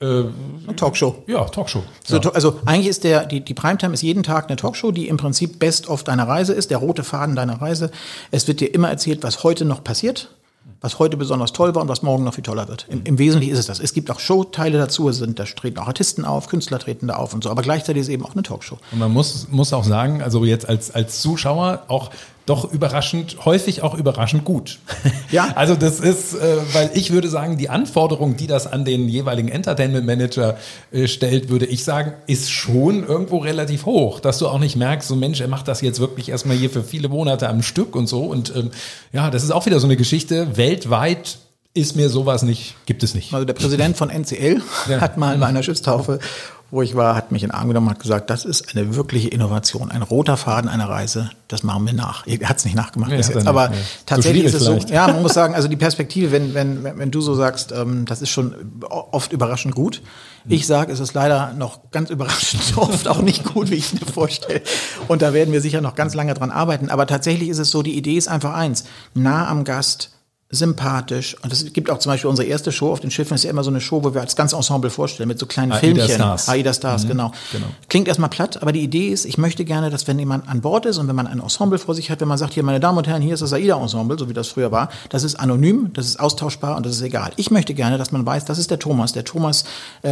Talkshow. Ja, Talkshow. So, also eigentlich ist die Primetime ist jeden Tag eine Talkshow, die im Prinzip best of deiner Reise ist, der rote Faden deiner Reise. Es wird dir immer erzählt, was heute noch passiert, was heute besonders toll war und was morgen noch viel toller wird. Im Wesentlichen ist es das. Es gibt auch Showteile dazu, da treten auch Artisten auf, Künstler treten da auf und so, aber gleichzeitig ist es eben auch eine Talkshow. Und man muss auch sagen, also jetzt als Zuschauer auch doch häufig auch überraschend gut. Ja. Also das ist, weil ich würde sagen, die Anforderung, die das an den jeweiligen Entertainment Manager stellt, würde ich sagen, ist schon irgendwo relativ hoch, dass du auch nicht merkst, so Mensch, er macht das jetzt wirklich erstmal hier für viele Monate am Stück und so und ja, das ist auch wieder so eine Geschichte, weltweit ist mir sowas gibt es nicht. Also der Präsident von NCL hat mal bei einer Schiffstaufe, wo ich war, hat mich in den Arm genommen und hat gesagt, das ist eine wirkliche Innovation, ein roter Faden einer Reise, das machen wir nach. Er hat es nicht nachgemacht bis jetzt, aber tatsächlich ist es so, ja, man muss sagen, also die Perspektive, wenn du so sagst, das ist schon oft überraschend gut. Ich sage, es ist leider noch ganz überraschend oft auch nicht gut, wie ich es mir vorstelle. Und da werden wir sicher noch ganz lange dran arbeiten. Aber tatsächlich ist es so, die Idee ist einfach eins, nah am Gast, sympathisch. Und es gibt auch zum Beispiel unsere erste Show auf den Schiffen, ist ja immer so eine Show, wo wir als ganzes Ensemble vorstellen, mit so kleinen Filmchen. AIDA Stars, genau. Klingt erstmal platt, aber die Idee ist, ich möchte gerne, dass wenn jemand an Bord ist und wenn man ein Ensemble vor sich hat, wenn man sagt, hier, meine Damen und Herren, hier ist das AIDA-Ensemble, so wie das früher war, das ist anonym, das ist austauschbar und das ist egal. Ich möchte gerne, dass man weiß, das ist der Thomas. Der Thomas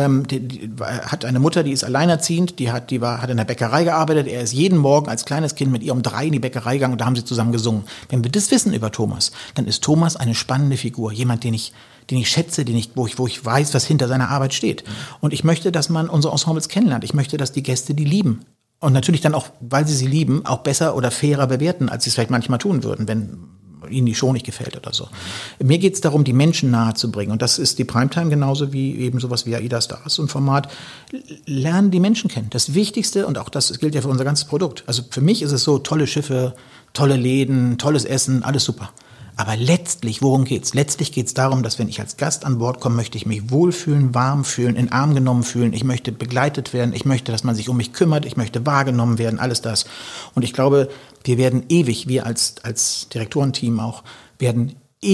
die hat eine Mutter, die ist alleinerziehend, die hat in der Bäckerei gearbeitet, er ist jeden Morgen als kleines Kind mit ihr um 3 in die Bäckerei gegangen und da haben sie zusammen gesungen. Wenn wir das wissen über Thomas, dann ist Thomas eine spannende Figur, jemand, den ich schätze, wo ich weiß, was hinter seiner Arbeit steht. Und ich möchte, dass man unsere Ensembles kennenlernt. Ich möchte, dass die Gäste die lieben. Und natürlich dann auch, weil sie lieben, auch besser oder fairer bewerten, als sie es vielleicht manchmal tun würden, wenn ihnen die Show nicht gefällt oder so. Mir geht es darum, die Menschen nahe zu bringen. Und das ist die Primetime genauso wie eben sowas wie AIDA Stars, so ein Format. Lernen die Menschen kennen. Das Wichtigste, und auch das gilt ja für unser ganzes Produkt. Also für mich ist es so, tolle Schiffe, tolle Läden, tolles Essen, alles super. Aber letztlich, worum geht's? Letztlich geht's darum, dass wenn ich als Gast an Bord komme, möchte ich mich wohlfühlen, warm fühlen, in den Arm genommen fühlen. Ich möchte begleitet werden. Ich möchte, dass man sich um mich kümmert. Ich möchte wahrgenommen werden. Alles das. Und ich glaube, wir werden ewig, wir als Direktorenteam auch, werden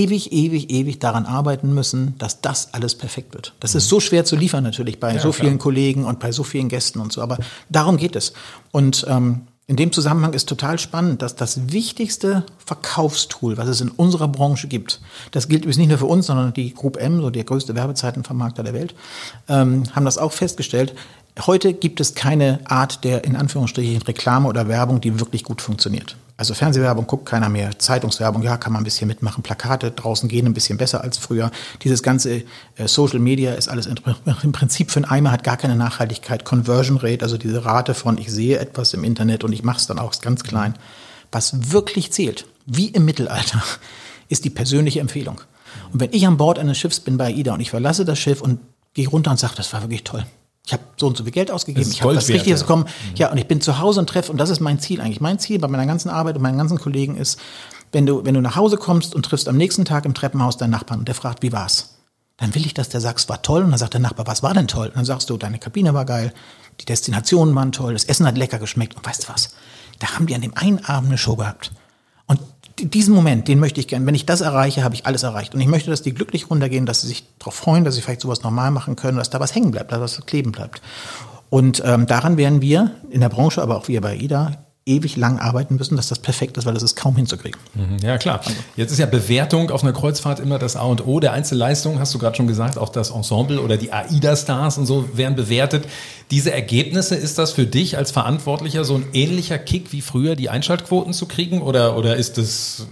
ewig daran arbeiten müssen, dass das alles perfekt wird. Das ist so schwer zu liefern natürlich bei so vielen Kollegen und bei so vielen Gästen und so. Aber darum geht es. Und in dem Zusammenhang ist total spannend, dass das wichtigste Verkaufstool, was es in unserer Branche gibt, das gilt übrigens nicht nur für uns, sondern die Group M, so der größte Werbezeitenvermarkter der Welt, haben das auch festgestellt. Heute gibt es keine Art der, in Anführungsstrichen, Reklame oder Werbung, die wirklich gut funktioniert. Also Fernsehwerbung guckt keiner mehr, Zeitungswerbung, ja, kann man ein bisschen mitmachen, Plakate draußen gehen ein bisschen besser als früher. Dieses ganze Social Media ist alles im Prinzip für einen Eimer, hat gar keine Nachhaltigkeit. Conversion Rate, also diese Rate von ich sehe etwas im Internet und ich mache es dann auch ganz klein. Was wirklich zählt, wie im Mittelalter, ist die persönliche Empfehlung. Und wenn ich an Bord eines Schiffs bin bei AIDA und ich verlasse das Schiff und gehe runter und sage, das war wirklich toll. Ich habe so und so viel Geld ausgegeben, ich habe das Richtige bekommen. Ja, und ich bin zu Hause und treffe, und das ist mein Ziel eigentlich. Mein Ziel bei meiner ganzen Arbeit und meinen ganzen Kollegen ist, wenn du nach Hause kommst und triffst am nächsten Tag im Treppenhaus deinen Nachbarn und der fragt, wie war's? dann will ich, dass der sagt, es war toll. Und dann sagt der Nachbar, was war denn toll? Und dann sagst du, deine Kabine war geil, die Destinationen waren toll, das Essen hat lecker geschmeckt. Und weißt du was? Da haben die an dem einen Abend eine Show gehabt. Und diesen Moment, den möchte ich gerne. Wenn ich das erreiche, habe ich alles erreicht. Und ich möchte, dass die glücklich runtergehen, dass sie sich darauf freuen, dass sie vielleicht sowas normal machen können, dass da was hängen bleibt, dass was kleben bleibt. Und daran werden wir in der Branche, aber auch wir bei AIDA, ewig lang arbeiten müssen, dass das perfekt ist, weil das ist kaum hinzukriegen. Ja, klar. Jetzt ist ja Bewertung auf einer Kreuzfahrt immer das A und O der Einzelleistung, hast du gerade schon gesagt, auch das Ensemble oder die AIDA-Stars und so werden bewertet. Diese Ergebnisse, ist das für dich als Verantwortlicher so ein ähnlicher Kick wie früher, die Einschaltquoten zu kriegen oder ist das...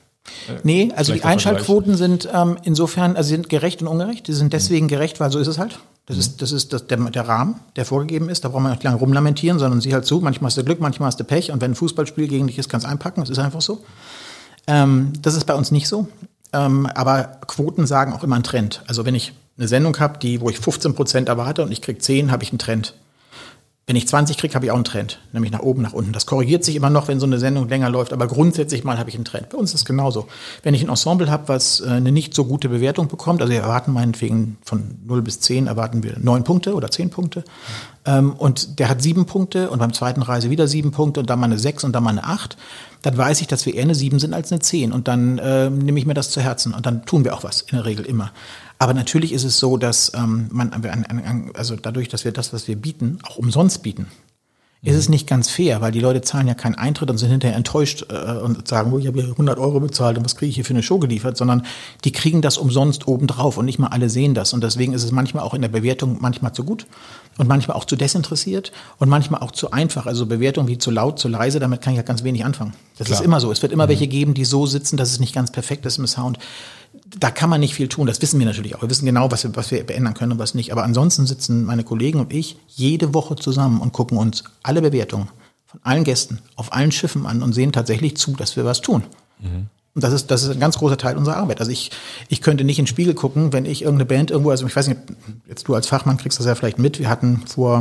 Nee, also die Einschaltquoten sind insofern, also sie sind gerecht und ungerecht. Die sind deswegen gerecht, weil so ist es halt. Das ist der Rahmen, der vorgegeben ist. Da braucht man nicht lange rumlamentieren, sondern sieh halt zu. Manchmal hast du Glück, manchmal hast du Pech. Und wenn ein Fußballspiel gegen dich ist, kannst du einpacken. Das ist einfach so. Das ist bei uns nicht so. Aber Quoten sagen auch immer einen Trend. Also wenn ich eine Sendung habe, wo ich 15% erwarte und ich kriege 10, habe ich einen Trend. Wenn ich 20 kriege, habe ich auch einen Trend, nämlich nach oben, nach unten. Das korrigiert sich immer noch, wenn so eine Sendung länger läuft, aber grundsätzlich mal habe ich einen Trend. Bei uns ist es genauso. Wenn ich ein Ensemble habe, was eine nicht so gute Bewertung bekommt, also wir erwarten meinetwegen von 0 bis 10 erwarten wir 9 Punkte oder 10 Punkte und der hat 7 Punkte und beim zweiten Reise wieder 7 Punkte und dann mal eine 6 und dann mal eine 8, dann weiß ich, dass wir eher eine 7 sind als eine 10 und dann nehme ich mir das zu Herzen und dann tun wir auch was, in der Regel immer. Aber natürlich ist es so, dass also dadurch, dass wir das, was wir bieten, auch umsonst bieten, ist es nicht ganz fair, weil die Leute zahlen ja keinen Eintritt und sind hinterher enttäuscht und sagen, ich habe hier 100 € bezahlt und was kriege ich hier für eine Show geliefert, sondern die kriegen das umsonst obendrauf und nicht mal alle sehen das. Und deswegen ist es manchmal auch in der Bewertung manchmal zu gut und manchmal auch zu desinteressiert und manchmal auch zu einfach. Also Bewertung wie zu laut, zu leise, damit kann ich ja ganz wenig anfangen. Das ist immer so. Es wird immer welche geben, die so sitzen, dass es nicht ganz perfekt ist im Sound. Da kann man nicht viel tun, das wissen wir natürlich auch. Wir wissen genau, was wir beändern können und was nicht. Aber ansonsten sitzen meine Kollegen und ich jede Woche zusammen und gucken uns alle Bewertungen von allen Gästen auf allen Schiffen an und sehen tatsächlich zu, dass wir was tun. Und das ist ein ganz großer Teil unserer Arbeit. Also ich könnte nicht in den Spiegel gucken, wenn ich irgendeine Band irgendwo, also ich weiß nicht, jetzt du als Fachmann kriegst das ja vielleicht mit, wir hatten vor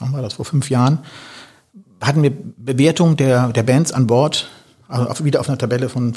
5 Jahren, hatten wir Bewertungen der Bands an Bord, also wieder auf einer Tabelle von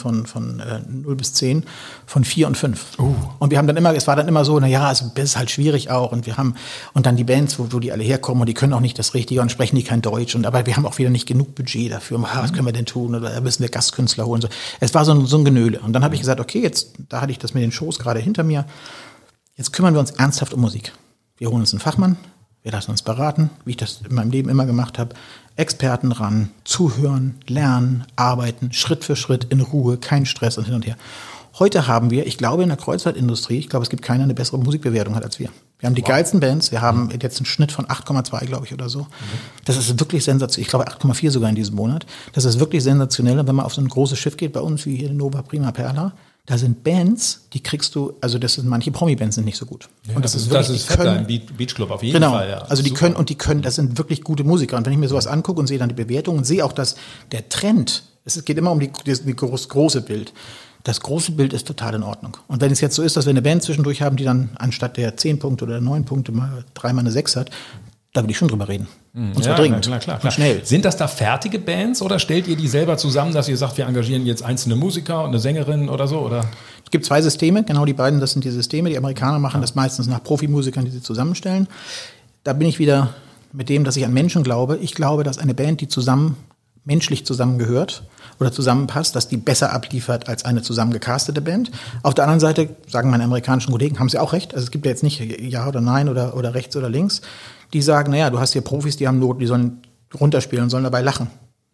0 bis 10, von 4 und 5. Und wir haben dann immer, es war dann immer so, es ist halt schwierig auch. Und wir haben, und dann die Bands, wo die alle herkommen und die können auch nicht das Richtige und sprechen die kein Deutsch. Aber wir haben auch wieder nicht genug Budget dafür. Was können wir denn tun? Oder müssen wir Gastkünstler holen? So. Es war so ein Genöle. Und dann habe ich gesagt, okay, da hatte ich das mit den Shows gerade hinter mir. Jetzt kümmern wir uns ernsthaft um Musik. Wir holen uns einen Fachmann. Wir lassen uns beraten, wie ich das in meinem Leben immer gemacht habe. Experten ran, zuhören, lernen, arbeiten, Schritt für Schritt, in Ruhe, kein Stress und hin und her. Heute haben wir, ich glaube in der Kreuzfahrtindustrie, es gibt keiner, der eine bessere Musikbewertung hat als wir. Wir haben die geilsten Bands, wir haben jetzt einen Schnitt von 8,2, glaube ich, oder so. Das ist wirklich sensationell, ich glaube 8,4 sogar in diesem Monat. Das ist wirklich sensationell. Und wenn man auf so ein großes Schiff geht, bei uns wie hier Nova Prima Perla, da sind Bands, die kriegst du, also manche Promi-Bands sind nicht so gut. Ja, und das ist fetter im Beachclub auf jeden Fall. Ja. Also die können, das sind wirklich gute Musiker. Und wenn ich mir sowas angucke und sehe dann die Bewertungen und sehe auch, dass der Trend, es geht immer um die große Bild. Das große Bild ist total in Ordnung. Und wenn es jetzt so ist, dass wir eine Band zwischendurch haben, die dann anstatt der 10 Punkte oder 9 Punkte mal 3 mal eine 6 hat, da will ich schon drüber reden. Und zwar dringend. Klar. Und schnell. Sind das da fertige Bands oder stellt ihr die selber zusammen, dass ihr sagt, wir engagieren jetzt einzelne Musiker und eine Sängerin oder so? Oder? Es gibt 2 Systeme, genau die beiden, das sind die Systeme. Die Amerikaner machen das meistens nach Profimusikern, die sie zusammenstellen. Da bin ich wieder mit dem, dass ich an Menschen glaube. Ich glaube, dass eine Band, die menschlich zusammengehört oder zusammenpasst, dass die besser abliefert als eine zusammengecastete Band. Auf der anderen Seite, sagen meine amerikanischen Kollegen, haben sie auch recht. Also es gibt ja jetzt nicht Ja oder Nein oder rechts oder links. Die sagen, du hast hier Profis, die haben Not, die sollen runterspielen und sollen dabei lachen.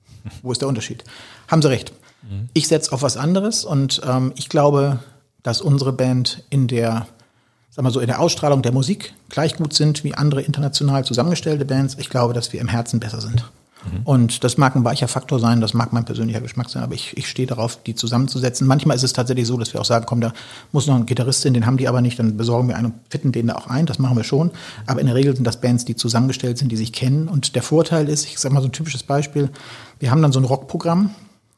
Wo ist der Unterschied? Haben sie recht. Ich setze auf was anderes und ich glaube, dass unsere Band in der Ausstrahlung der Musik gleich gut sind wie andere international zusammengestellte Bands. Ich glaube, dass wir im Herzen besser sind. Und das mag ein weicher Faktor sein, das mag mein persönlicher Geschmack sein, aber ich stehe darauf, die zusammenzusetzen. Manchmal ist es tatsächlich so, dass wir auch sagen, komm, da muss noch ein Gitarrist hin, den haben die aber nicht, dann besorgen wir einen und fitten den da auch ein, das machen wir schon. Aber in der Regel sind das Bands, die zusammengestellt sind, die sich kennen. Und der Vorteil ist, ich sag mal so ein typisches Beispiel, wir haben dann so ein Rockprogramm,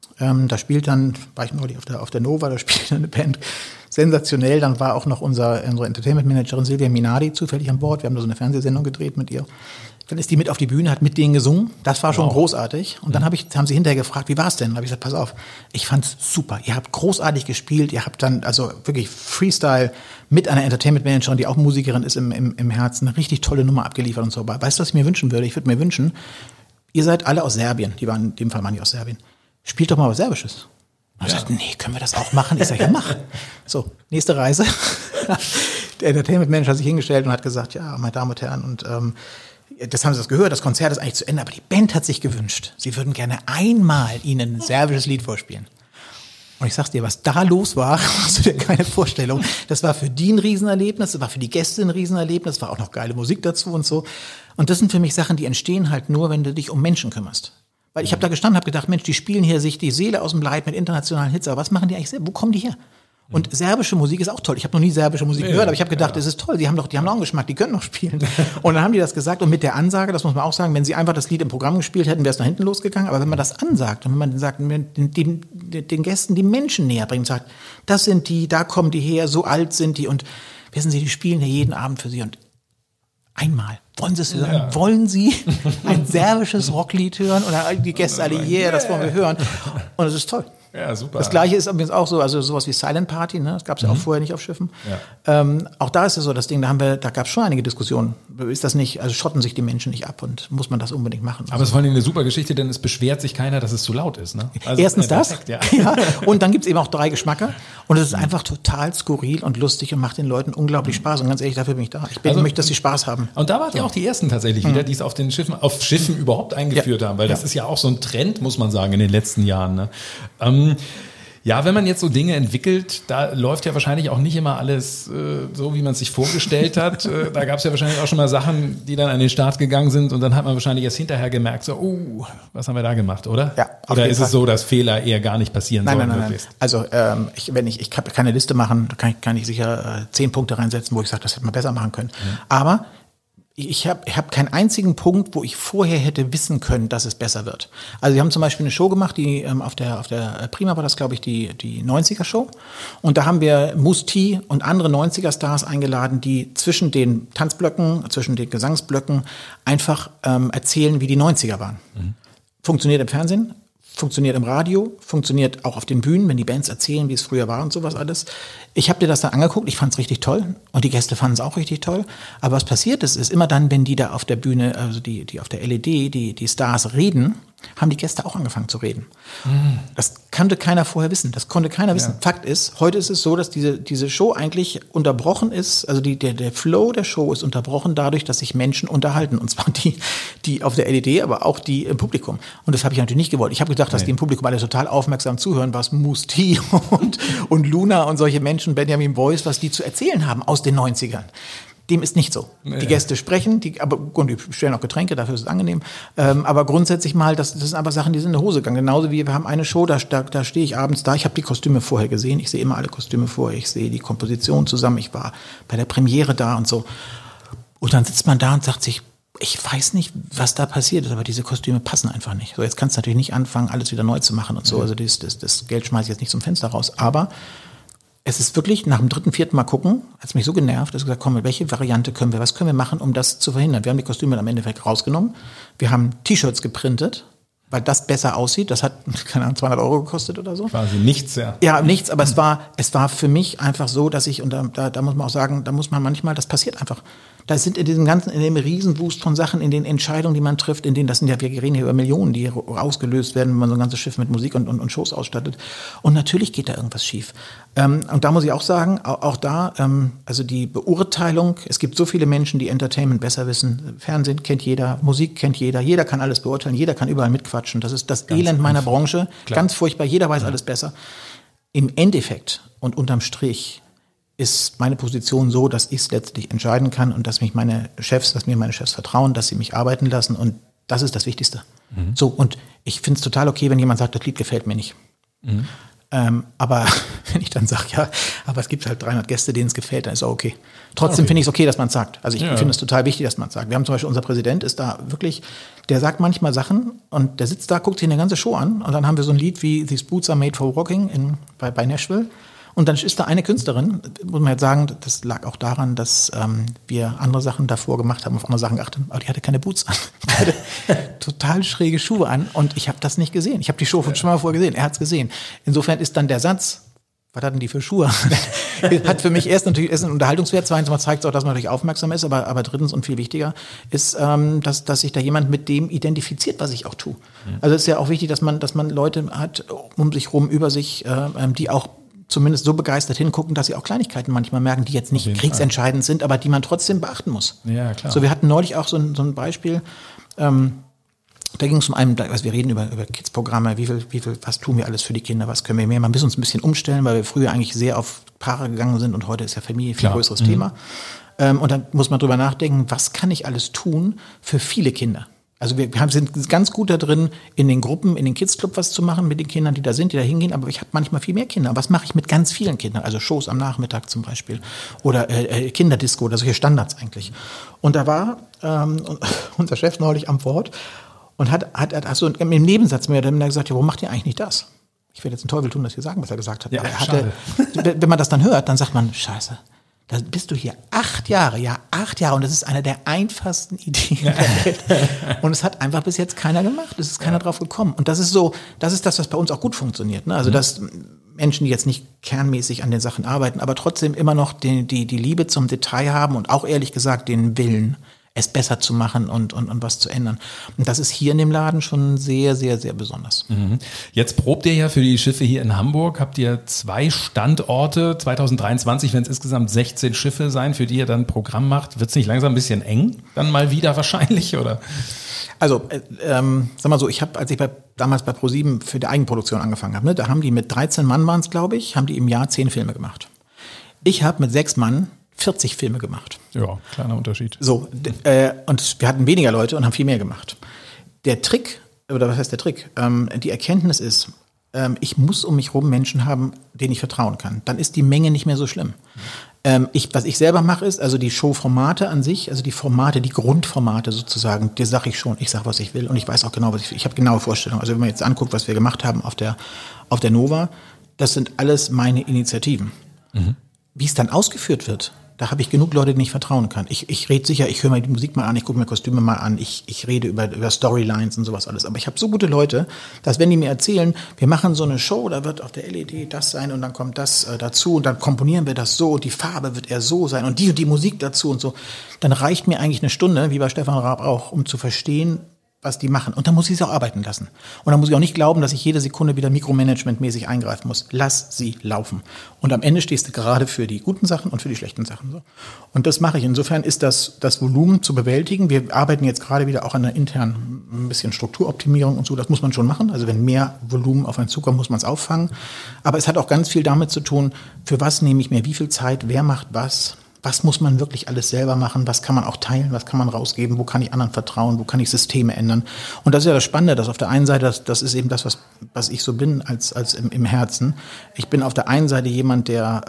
da spielt dann, war ich neulich auf der Nova, da spielt dann eine Band sensationell, dann war auch noch unsere Entertainment-Managerin Silvia Minardi zufällig an Bord, wir haben da so eine Fernsehsendung gedreht mit ihr. Dann ist die mit auf die Bühne, hat mit denen gesungen. Das war schon großartig. Und dann haben sie hinterher gefragt, wie war es denn? Dann habe ich gesagt, pass auf, ich fand's super. Ihr habt großartig gespielt. Ihr habt dann also wirklich Freestyle mit einer Entertainment-Managerin, die auch Musikerin ist im Herzen, eine richtig tolle Nummer abgeliefert und so. Aber weißt du, was ich mir wünschen würde? Ich würde mir wünschen, ihr seid alle aus Serbien. In dem Fall waren die aus Serbien. Spielt doch mal was Serbisches. Und ich sagte, nee, können wir das auch machen? Ich sage, ja, mach. So, nächste Reise. Der Entertainment-Manager hat sich hingestellt und hat gesagt, ja, meine Damen und Herren, und das haben sie das gehört, das Konzert ist eigentlich zu Ende, aber die Band hat sich gewünscht, sie würden gerne einmal ihnen ein serbisches Lied vorspielen. Und ich sag's dir, was da los war, hast du dir keine Vorstellung. Das war für die ein Riesenerlebnis, das war für die Gäste ein Riesenerlebnis, es war auch noch geile Musik dazu und so. Und das sind für mich Sachen, die entstehen halt nur, wenn du dich um Menschen kümmerst. Weil ich habe da gestanden, habe gedacht, Mensch, die spielen hier sich die Seele aus dem Leib mit internationalen Hits, aber was machen die eigentlich? Wo kommen die her? Und serbische Musik ist auch toll. Ich habe noch nie serbische Musik gehört, aber ich habe gedacht, das ist toll. Die haben noch einen Geschmack, die können noch spielen. Und dann haben die das gesagt und mit der Ansage, das muss man auch sagen, wenn sie einfach das Lied im Programm gespielt hätten, wäre es nach hinten losgegangen. Aber wenn man das ansagt und wenn man sagt, den Gästen die Menschen näher bringt, sagt, das sind die, da kommen die her, so alt sind die und wissen Sie, die spielen ja jeden Abend für Sie und einmal. Wollen Sie es hören? Ja. Wollen Sie ein serbisches Rocklied hören? Oder die Gäste alle, das wollen wir hören. Und es ist toll. Ja, super. Das Gleiche ist übrigens auch so, also sowas wie Silent Party, ne? Das gab es ja auch vorher nicht auf Schiffen. Ja. Auch da ist es so, das Ding, da gab es schon einige Diskussionen. Ist das nicht, also schotten sich die Menschen nicht ab und muss man das unbedingt machen? Aber es ist vor allem eine super Geschichte, denn es beschwert sich keiner, dass es zu laut ist, ne? Also, erstens das, ja. Und dann gibt's eben auch 3 Geschmäcker und es ist einfach total skurril und lustig und macht den Leuten unglaublich Spaß und ganz ehrlich, dafür bin ich da. Ich möchte, dass sie Spaß haben. Und da wart ihr auch die Ersten tatsächlich wieder, die es auf Schiffen überhaupt eingeführt haben, weil das ist ja auch so ein Trend, muss man sagen, in den letzten Jahren, ne? Ja, wenn man jetzt so Dinge entwickelt, da läuft ja wahrscheinlich auch nicht immer alles so, wie man es sich vorgestellt hat. Da gab es ja wahrscheinlich auch schon mal Sachen, die dann an den Start gegangen sind und dann hat man wahrscheinlich erst hinterher gemerkt, so, was haben wir da gemacht, oder? Ja. Oder ist es so, dass Fehler eher gar nicht passieren sollen? Nein. Also ich kann keine Liste machen, da kann ich sicher 10 Punkte reinsetzen, wo ich sage, das hätte man besser machen können. Aber ich hab keinen einzigen Punkt, wo ich vorher hätte wissen können, dass es besser wird. Also wir haben zum Beispiel eine Show gemacht, die auf der Prima war das, glaube ich, die 90er-Show. Und da haben wir Mousse T und andere 90er-Stars eingeladen, die zwischen den Tanzblöcken, zwischen den Gesangsblöcken einfach erzählen, wie die 90er waren. Funktioniert im Fernsehen, funktioniert im Radio, funktioniert auch auf den Bühnen, wenn die Bands erzählen, wie es früher war und sowas alles. Ich habe dir das dann angeguckt, ich fand es richtig toll und die Gäste fanden es auch richtig toll. Aber was passiert ist immer dann, wenn die da auf der Bühne, also die auf der LED, die Stars reden, haben die Gäste auch angefangen zu reden. Das konnte keiner vorher wissen, das konnte keiner wissen. Fakt ist, heute ist es so, dass diese Show eigentlich unterbrochen ist, also der Flow der Show ist unterbrochen dadurch, dass sich Menschen unterhalten. Und zwar die auf der LED, aber auch die im Publikum. Und das habe ich natürlich nicht gewollt. Ich habe gedacht, dass die im Publikum alle total aufmerksam zuhören, was Mousse T und Luna und solche Menschen, Benjamin Boyce, was die zu erzählen haben aus den 90ern. Dem ist nicht so. Die Gäste sprechen, die stellen auch Getränke, dafür ist es angenehm. Aber grundsätzlich mal, das sind aber Sachen, die sind in die Hose gegangen. Genauso wie wir haben eine Show, da stehe ich abends da, ich habe die Kostüme vorher gesehen, ich sehe immer alle Kostüme vorher, ich sehe die Komposition zusammen, ich war bei der Premiere da und so. Und dann sitzt man da und sagt sich, ich weiß nicht, was da passiert ist, aber diese Kostüme passen einfach nicht. So, jetzt kannst du natürlich nicht anfangen, alles wieder neu zu machen und so. Also das Geld schmeiße ich jetzt nicht zum Fenster raus. Aber es ist wirklich nach dem 3., 4. Mal gucken, hat es mich so genervt, dass ich gesagt, komm, welche Variante was können wir machen, um das zu verhindern? Wir haben die Kostüme am Endeffekt rausgenommen. Wir haben T-Shirts geprintet, weil das besser aussieht. Das hat, keine Ahnung, 200 € gekostet oder so. Quasi nichts, ja. Ja, nichts, aber es war für mich einfach so, dass ich, und da muss man auch sagen, da muss man manchmal, das passiert einfach. Da sind in dem Riesenwust von Sachen, in den Entscheidungen, die man trifft, wir reden hier über Millionen, die ausgelöst werden, wenn man so ein ganzes Schiff mit Musik und Shows ausstattet. Und natürlich geht da irgendwas schief. Und da muss ich auch sagen, auch da, also die Beurteilung, es gibt so viele Menschen, die Entertainment besser wissen. Fernsehen kennt jeder, Musik kennt jeder kann alles beurteilen, jeder kann überall mitquatschen. Das ist das Elend meiner Branche. Klar. Ganz furchtbar, jeder weiß alles besser. Im Endeffekt und unterm Strich ist meine Position so, dass ich es letztlich entscheiden kann und dass mir meine Chefs vertrauen, dass sie mich arbeiten lassen und das ist das Wichtigste. So, und ich finde es total okay, wenn jemand sagt, das Lied gefällt mir nicht. Aber wenn ich dann sage, ja, aber es gibt halt 300 Gäste, denen es gefällt, dann ist auch okay. Trotzdem finde ich es okay, dass man es sagt. Also ich finde es total wichtig, dass man es sagt. Wir haben zum Beispiel, unser Präsident ist da wirklich, der sagt manchmal Sachen und der sitzt da, guckt sich eine ganze Show an und dann haben wir so ein Lied wie These Boots Are Made for Walking bei Nashville. Und dann ist da eine Künstlerin, muss man jetzt sagen, das lag auch daran, dass wir andere Sachen davor gemacht haben, auf andere Sachen geachtet, aber die hatte keine Boots an. Die hatte total schräge Schuhe an und ich habe das nicht gesehen. Ich habe die Schuhe schon mal vorher gesehen, er hat es gesehen. Insofern ist dann der Satz, was hatten die für Schuhe? Hat für mich erst natürlich einen Unterhaltungswert, zweitens zeigt es auch, dass man natürlich aufmerksam ist, aber drittens und viel wichtiger ist, dass sich da jemand mit dem identifiziert, was ich auch tue. Also es ist ja auch wichtig, dass man Leute hat um sich rum, über sich, die auch zumindest so begeistert hingucken, dass sie auch Kleinigkeiten manchmal merken, die jetzt nicht kriegsentscheidend sind, aber die man trotzdem beachten muss. Ja, klar. So, wir hatten neulich auch so ein Beispiel, da ging es um also wir reden über Kids-Programme, was tun wir alles für die Kinder, was können wir mehr, man muss uns ein bisschen umstellen, weil wir früher eigentlich sehr auf Paare gegangen sind und heute ist ja Familie viel größeres Thema. Und dann muss man drüber nachdenken, was kann ich alles tun für viele Kinder? Also wir sind ganz gut da drin, in den Gruppen, in den Kids-Club was zu machen mit den Kindern, die da sind, die da hingehen, aber ich habe manchmal viel mehr Kinder. Was mache ich mit ganz vielen Kindern? Also Shows am Nachmittag zum Beispiel oder Kinderdisco oder solche Standards eigentlich. Und da war unser Chef neulich am Wort und hat so im Nebensatz mir dann gesagt, ja, warum macht ihr eigentlich nicht das? Ich werde jetzt einen Teufel tun, das hier sagen, was er gesagt hat. Ja, wenn man das dann hört, dann sagt man, scheiße, da bist du hier 8 Jahre, und das ist eine der einfachsten Ideen der Welt. Und es hat einfach bis jetzt keiner gemacht, es ist keiner drauf gekommen. Und das ist das, was bei uns auch gut funktioniert. Ne? Also dass Menschen, die jetzt nicht kernmäßig an den Sachen arbeiten, aber trotzdem immer noch die Liebe zum Detail haben und auch ehrlich gesagt den Willen, es besser zu machen und was zu ändern. Und das ist hier in dem Laden schon sehr, sehr, sehr besonders. Jetzt probt ihr ja für die Schiffe hier in Hamburg, habt ihr 2 Standorte, 2023 werden es insgesamt 16 Schiffe sein, für die ihr dann Programm macht. Wird es nicht langsam ein bisschen eng, dann mal wieder wahrscheinlich, oder? Also, sag mal so, als ich damals bei ProSieben für die Eigenproduktion angefangen habe, ne, da haben die mit 13 Mann waren es, glaube ich, haben die im Jahr 10 Filme gemacht. Ich habe mit 6 Mann 40 Filme gemacht. Ja, kleiner Unterschied. So, und wir hatten weniger Leute und haben viel mehr gemacht. Der Trick, oder was heißt der Trick? Die Erkenntnis ist, ich muss um mich rum Menschen haben, denen ich vertrauen kann. Dann ist die Menge nicht mehr so schlimm. Was ich selber mache, ist, also die Showformate an sich, also die Grundformate sozusagen, dir sage ich schon, ich sage, was ich will und ich weiß auch genau, was ich will. Ich habe genaue Vorstellungen. Also wenn man jetzt anguckt, was wir gemacht haben auf der Nova, das sind alles meine Initiativen. Wie es dann ausgeführt wird, da habe ich genug Leute, denen ich vertrauen kann. Ich rede sicher, ich höre mir die Musik mal an, ich gucke mir Kostüme mal an, ich rede über Storylines und sowas alles. Aber ich habe so gute Leute, dass wenn die mir erzählen, wir machen so eine Show, da wird auf der LED das sein und dann kommt das dazu und dann komponieren wir das so und die Farbe wird eher so sein und die Musik dazu und so, dann reicht mir eigentlich eine Stunde, wie bei Stefan Raab auch, um zu verstehen, was die machen. Und dann muss ich sie auch arbeiten lassen. Und dann muss ich auch nicht glauben, dass ich jede Sekunde wieder mikromanagementmäßig eingreifen muss. Lass sie laufen. Und am Ende stehst du gerade für die guten Sachen und für die schlechten Sachen. So. Und das mache ich. Insofern ist das Volumen zu bewältigen. Wir arbeiten jetzt gerade wieder auch an der internen ein bisschen Strukturoptimierung und so. Das muss man schon machen. Also wenn mehr Volumen auf einen zukommt, muss man es auffangen. Aber es hat auch ganz viel damit zu tun, für was nehme ich mir wie viel Zeit, wer macht was. Was muss man wirklich alles selber machen? Was kann man auch teilen? Was kann man rausgeben? Wo kann ich anderen vertrauen? Wo kann ich Systeme ändern? Und das ist ja das Spannende, dass auf der einen Seite, das ist eben das, was ich so bin als im Herzen. Ich bin auf der einen Seite jemand, der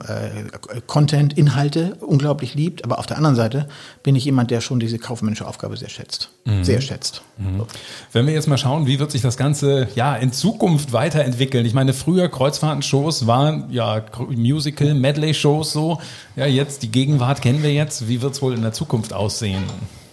Content, Inhalte unglaublich liebt, aber auf der anderen Seite bin ich jemand, der schon diese kaufmännische Aufgabe sehr schätzt. Sehr schätzt. So. Wenn wir jetzt mal schauen, wie wird sich das Ganze in Zukunft weiterentwickeln? Ich meine, früher Kreuzfahrtenshows waren Musical, Medley-Shows so. Ja, jetzt die Gegenwart kennen wir jetzt. Wie wird es wohl in der Zukunft aussehen?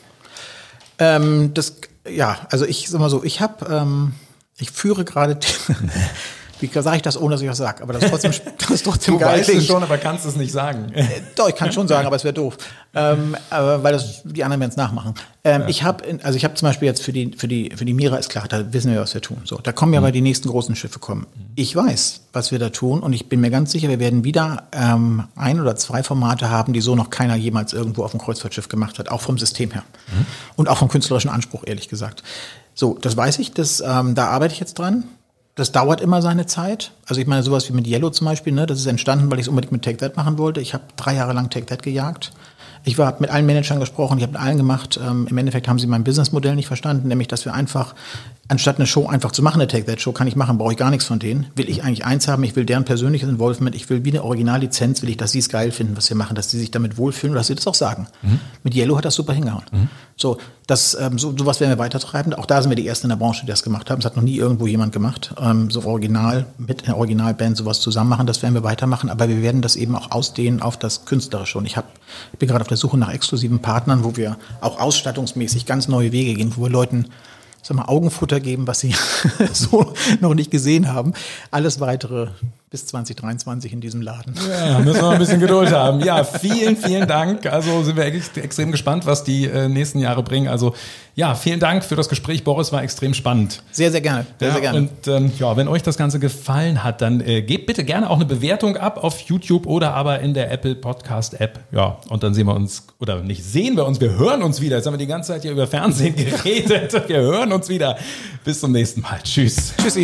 Also ich sag mal so, ich führe gerade, wie sage ich das, ohne dass ich was sage, aber das ist trotzdem du geil. Du weißt es schon, aber kannst es nicht sagen. Doch, ich kann schon sagen, aber es wäre doof, weil die anderen werden es nachmachen. Ich habe zum Beispiel jetzt für die Mira ist klar, da wissen wir, was wir tun. So, da kommen ja aber die nächsten großen Schiffe kommen. Ich weiß, was wir da tun und ich bin mir ganz sicher, wir werden wieder 1 oder 2 Formate haben, die so noch keiner jemals irgendwo auf dem Kreuzfahrtschiff gemacht hat, auch vom System her und auch vom künstlerischen Anspruch, ehrlich gesagt. So, das weiß ich, da arbeite ich jetzt dran. Das dauert immer seine Zeit. Also ich meine, sowas wie mit Yellow zum Beispiel, ne, das ist entstanden, weil ich es unbedingt mit Take That machen wollte. Ich habe 3 Jahre lang Take That gejagt. Ich habe mit allen Managern gesprochen, ich habe mit allen gemacht. Im Endeffekt haben sie mein Businessmodell nicht verstanden, nämlich, dass wir einfach, anstatt eine Show einfach zu machen, eine Take That Show kann ich machen, brauche ich gar nichts von denen. Will ich eigentlich eins haben, ich will deren persönliches Involvement, ich will wie eine Originallizenz, will ich, dass sie es geil finden, was wir machen, dass sie sich damit wohlfühlen und dass sie das auch sagen. Mit Yellow hat das super hingehauen. So, sowas werden wir weitertreiben. Auch da sind wir die Ersten in der Branche, die das gemacht haben. Das hat noch nie irgendwo jemand gemacht. So original, mit einer Originalband sowas zusammen machen, das werden wir weitermachen. Aber wir werden das eben auch ausdehnen auf das Künstlerische. Und ich bin gerade auf der Suche nach exklusiven Partnern, wo wir auch ausstattungsmäßig ganz neue Wege gehen, wo wir Leuten Augenfutter geben, was sie so noch nicht gesehen haben. Alles Weitere bis 2023 in diesem Laden. Ja, müssen wir ein bisschen Geduld haben. Ja, vielen, vielen Dank. Also sind wir extrem gespannt, was die nächsten Jahre bringen. Also ja, vielen Dank für das Gespräch, Boris, war extrem spannend. Sehr, sehr gerne. Sehr gerne. Und wenn euch das Ganze gefallen hat, dann gebt bitte gerne auch eine Bewertung ab auf YouTube oder aber in der Apple Podcast App. Ja, und dann sehen wir uns, oder nicht sehen wir uns, wir hören uns wieder. Jetzt haben wir die ganze Zeit hier über Fernsehen geredet. Wir hören uns wieder. Bis zum nächsten Mal. Tschüss. Tschüssi.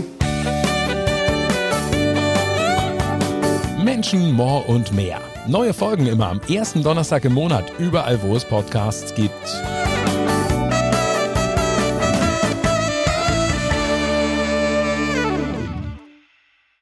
Menschen, More und mehr. Neue Folgen immer am ersten Donnerstag im Monat, überall wo es Podcasts gibt.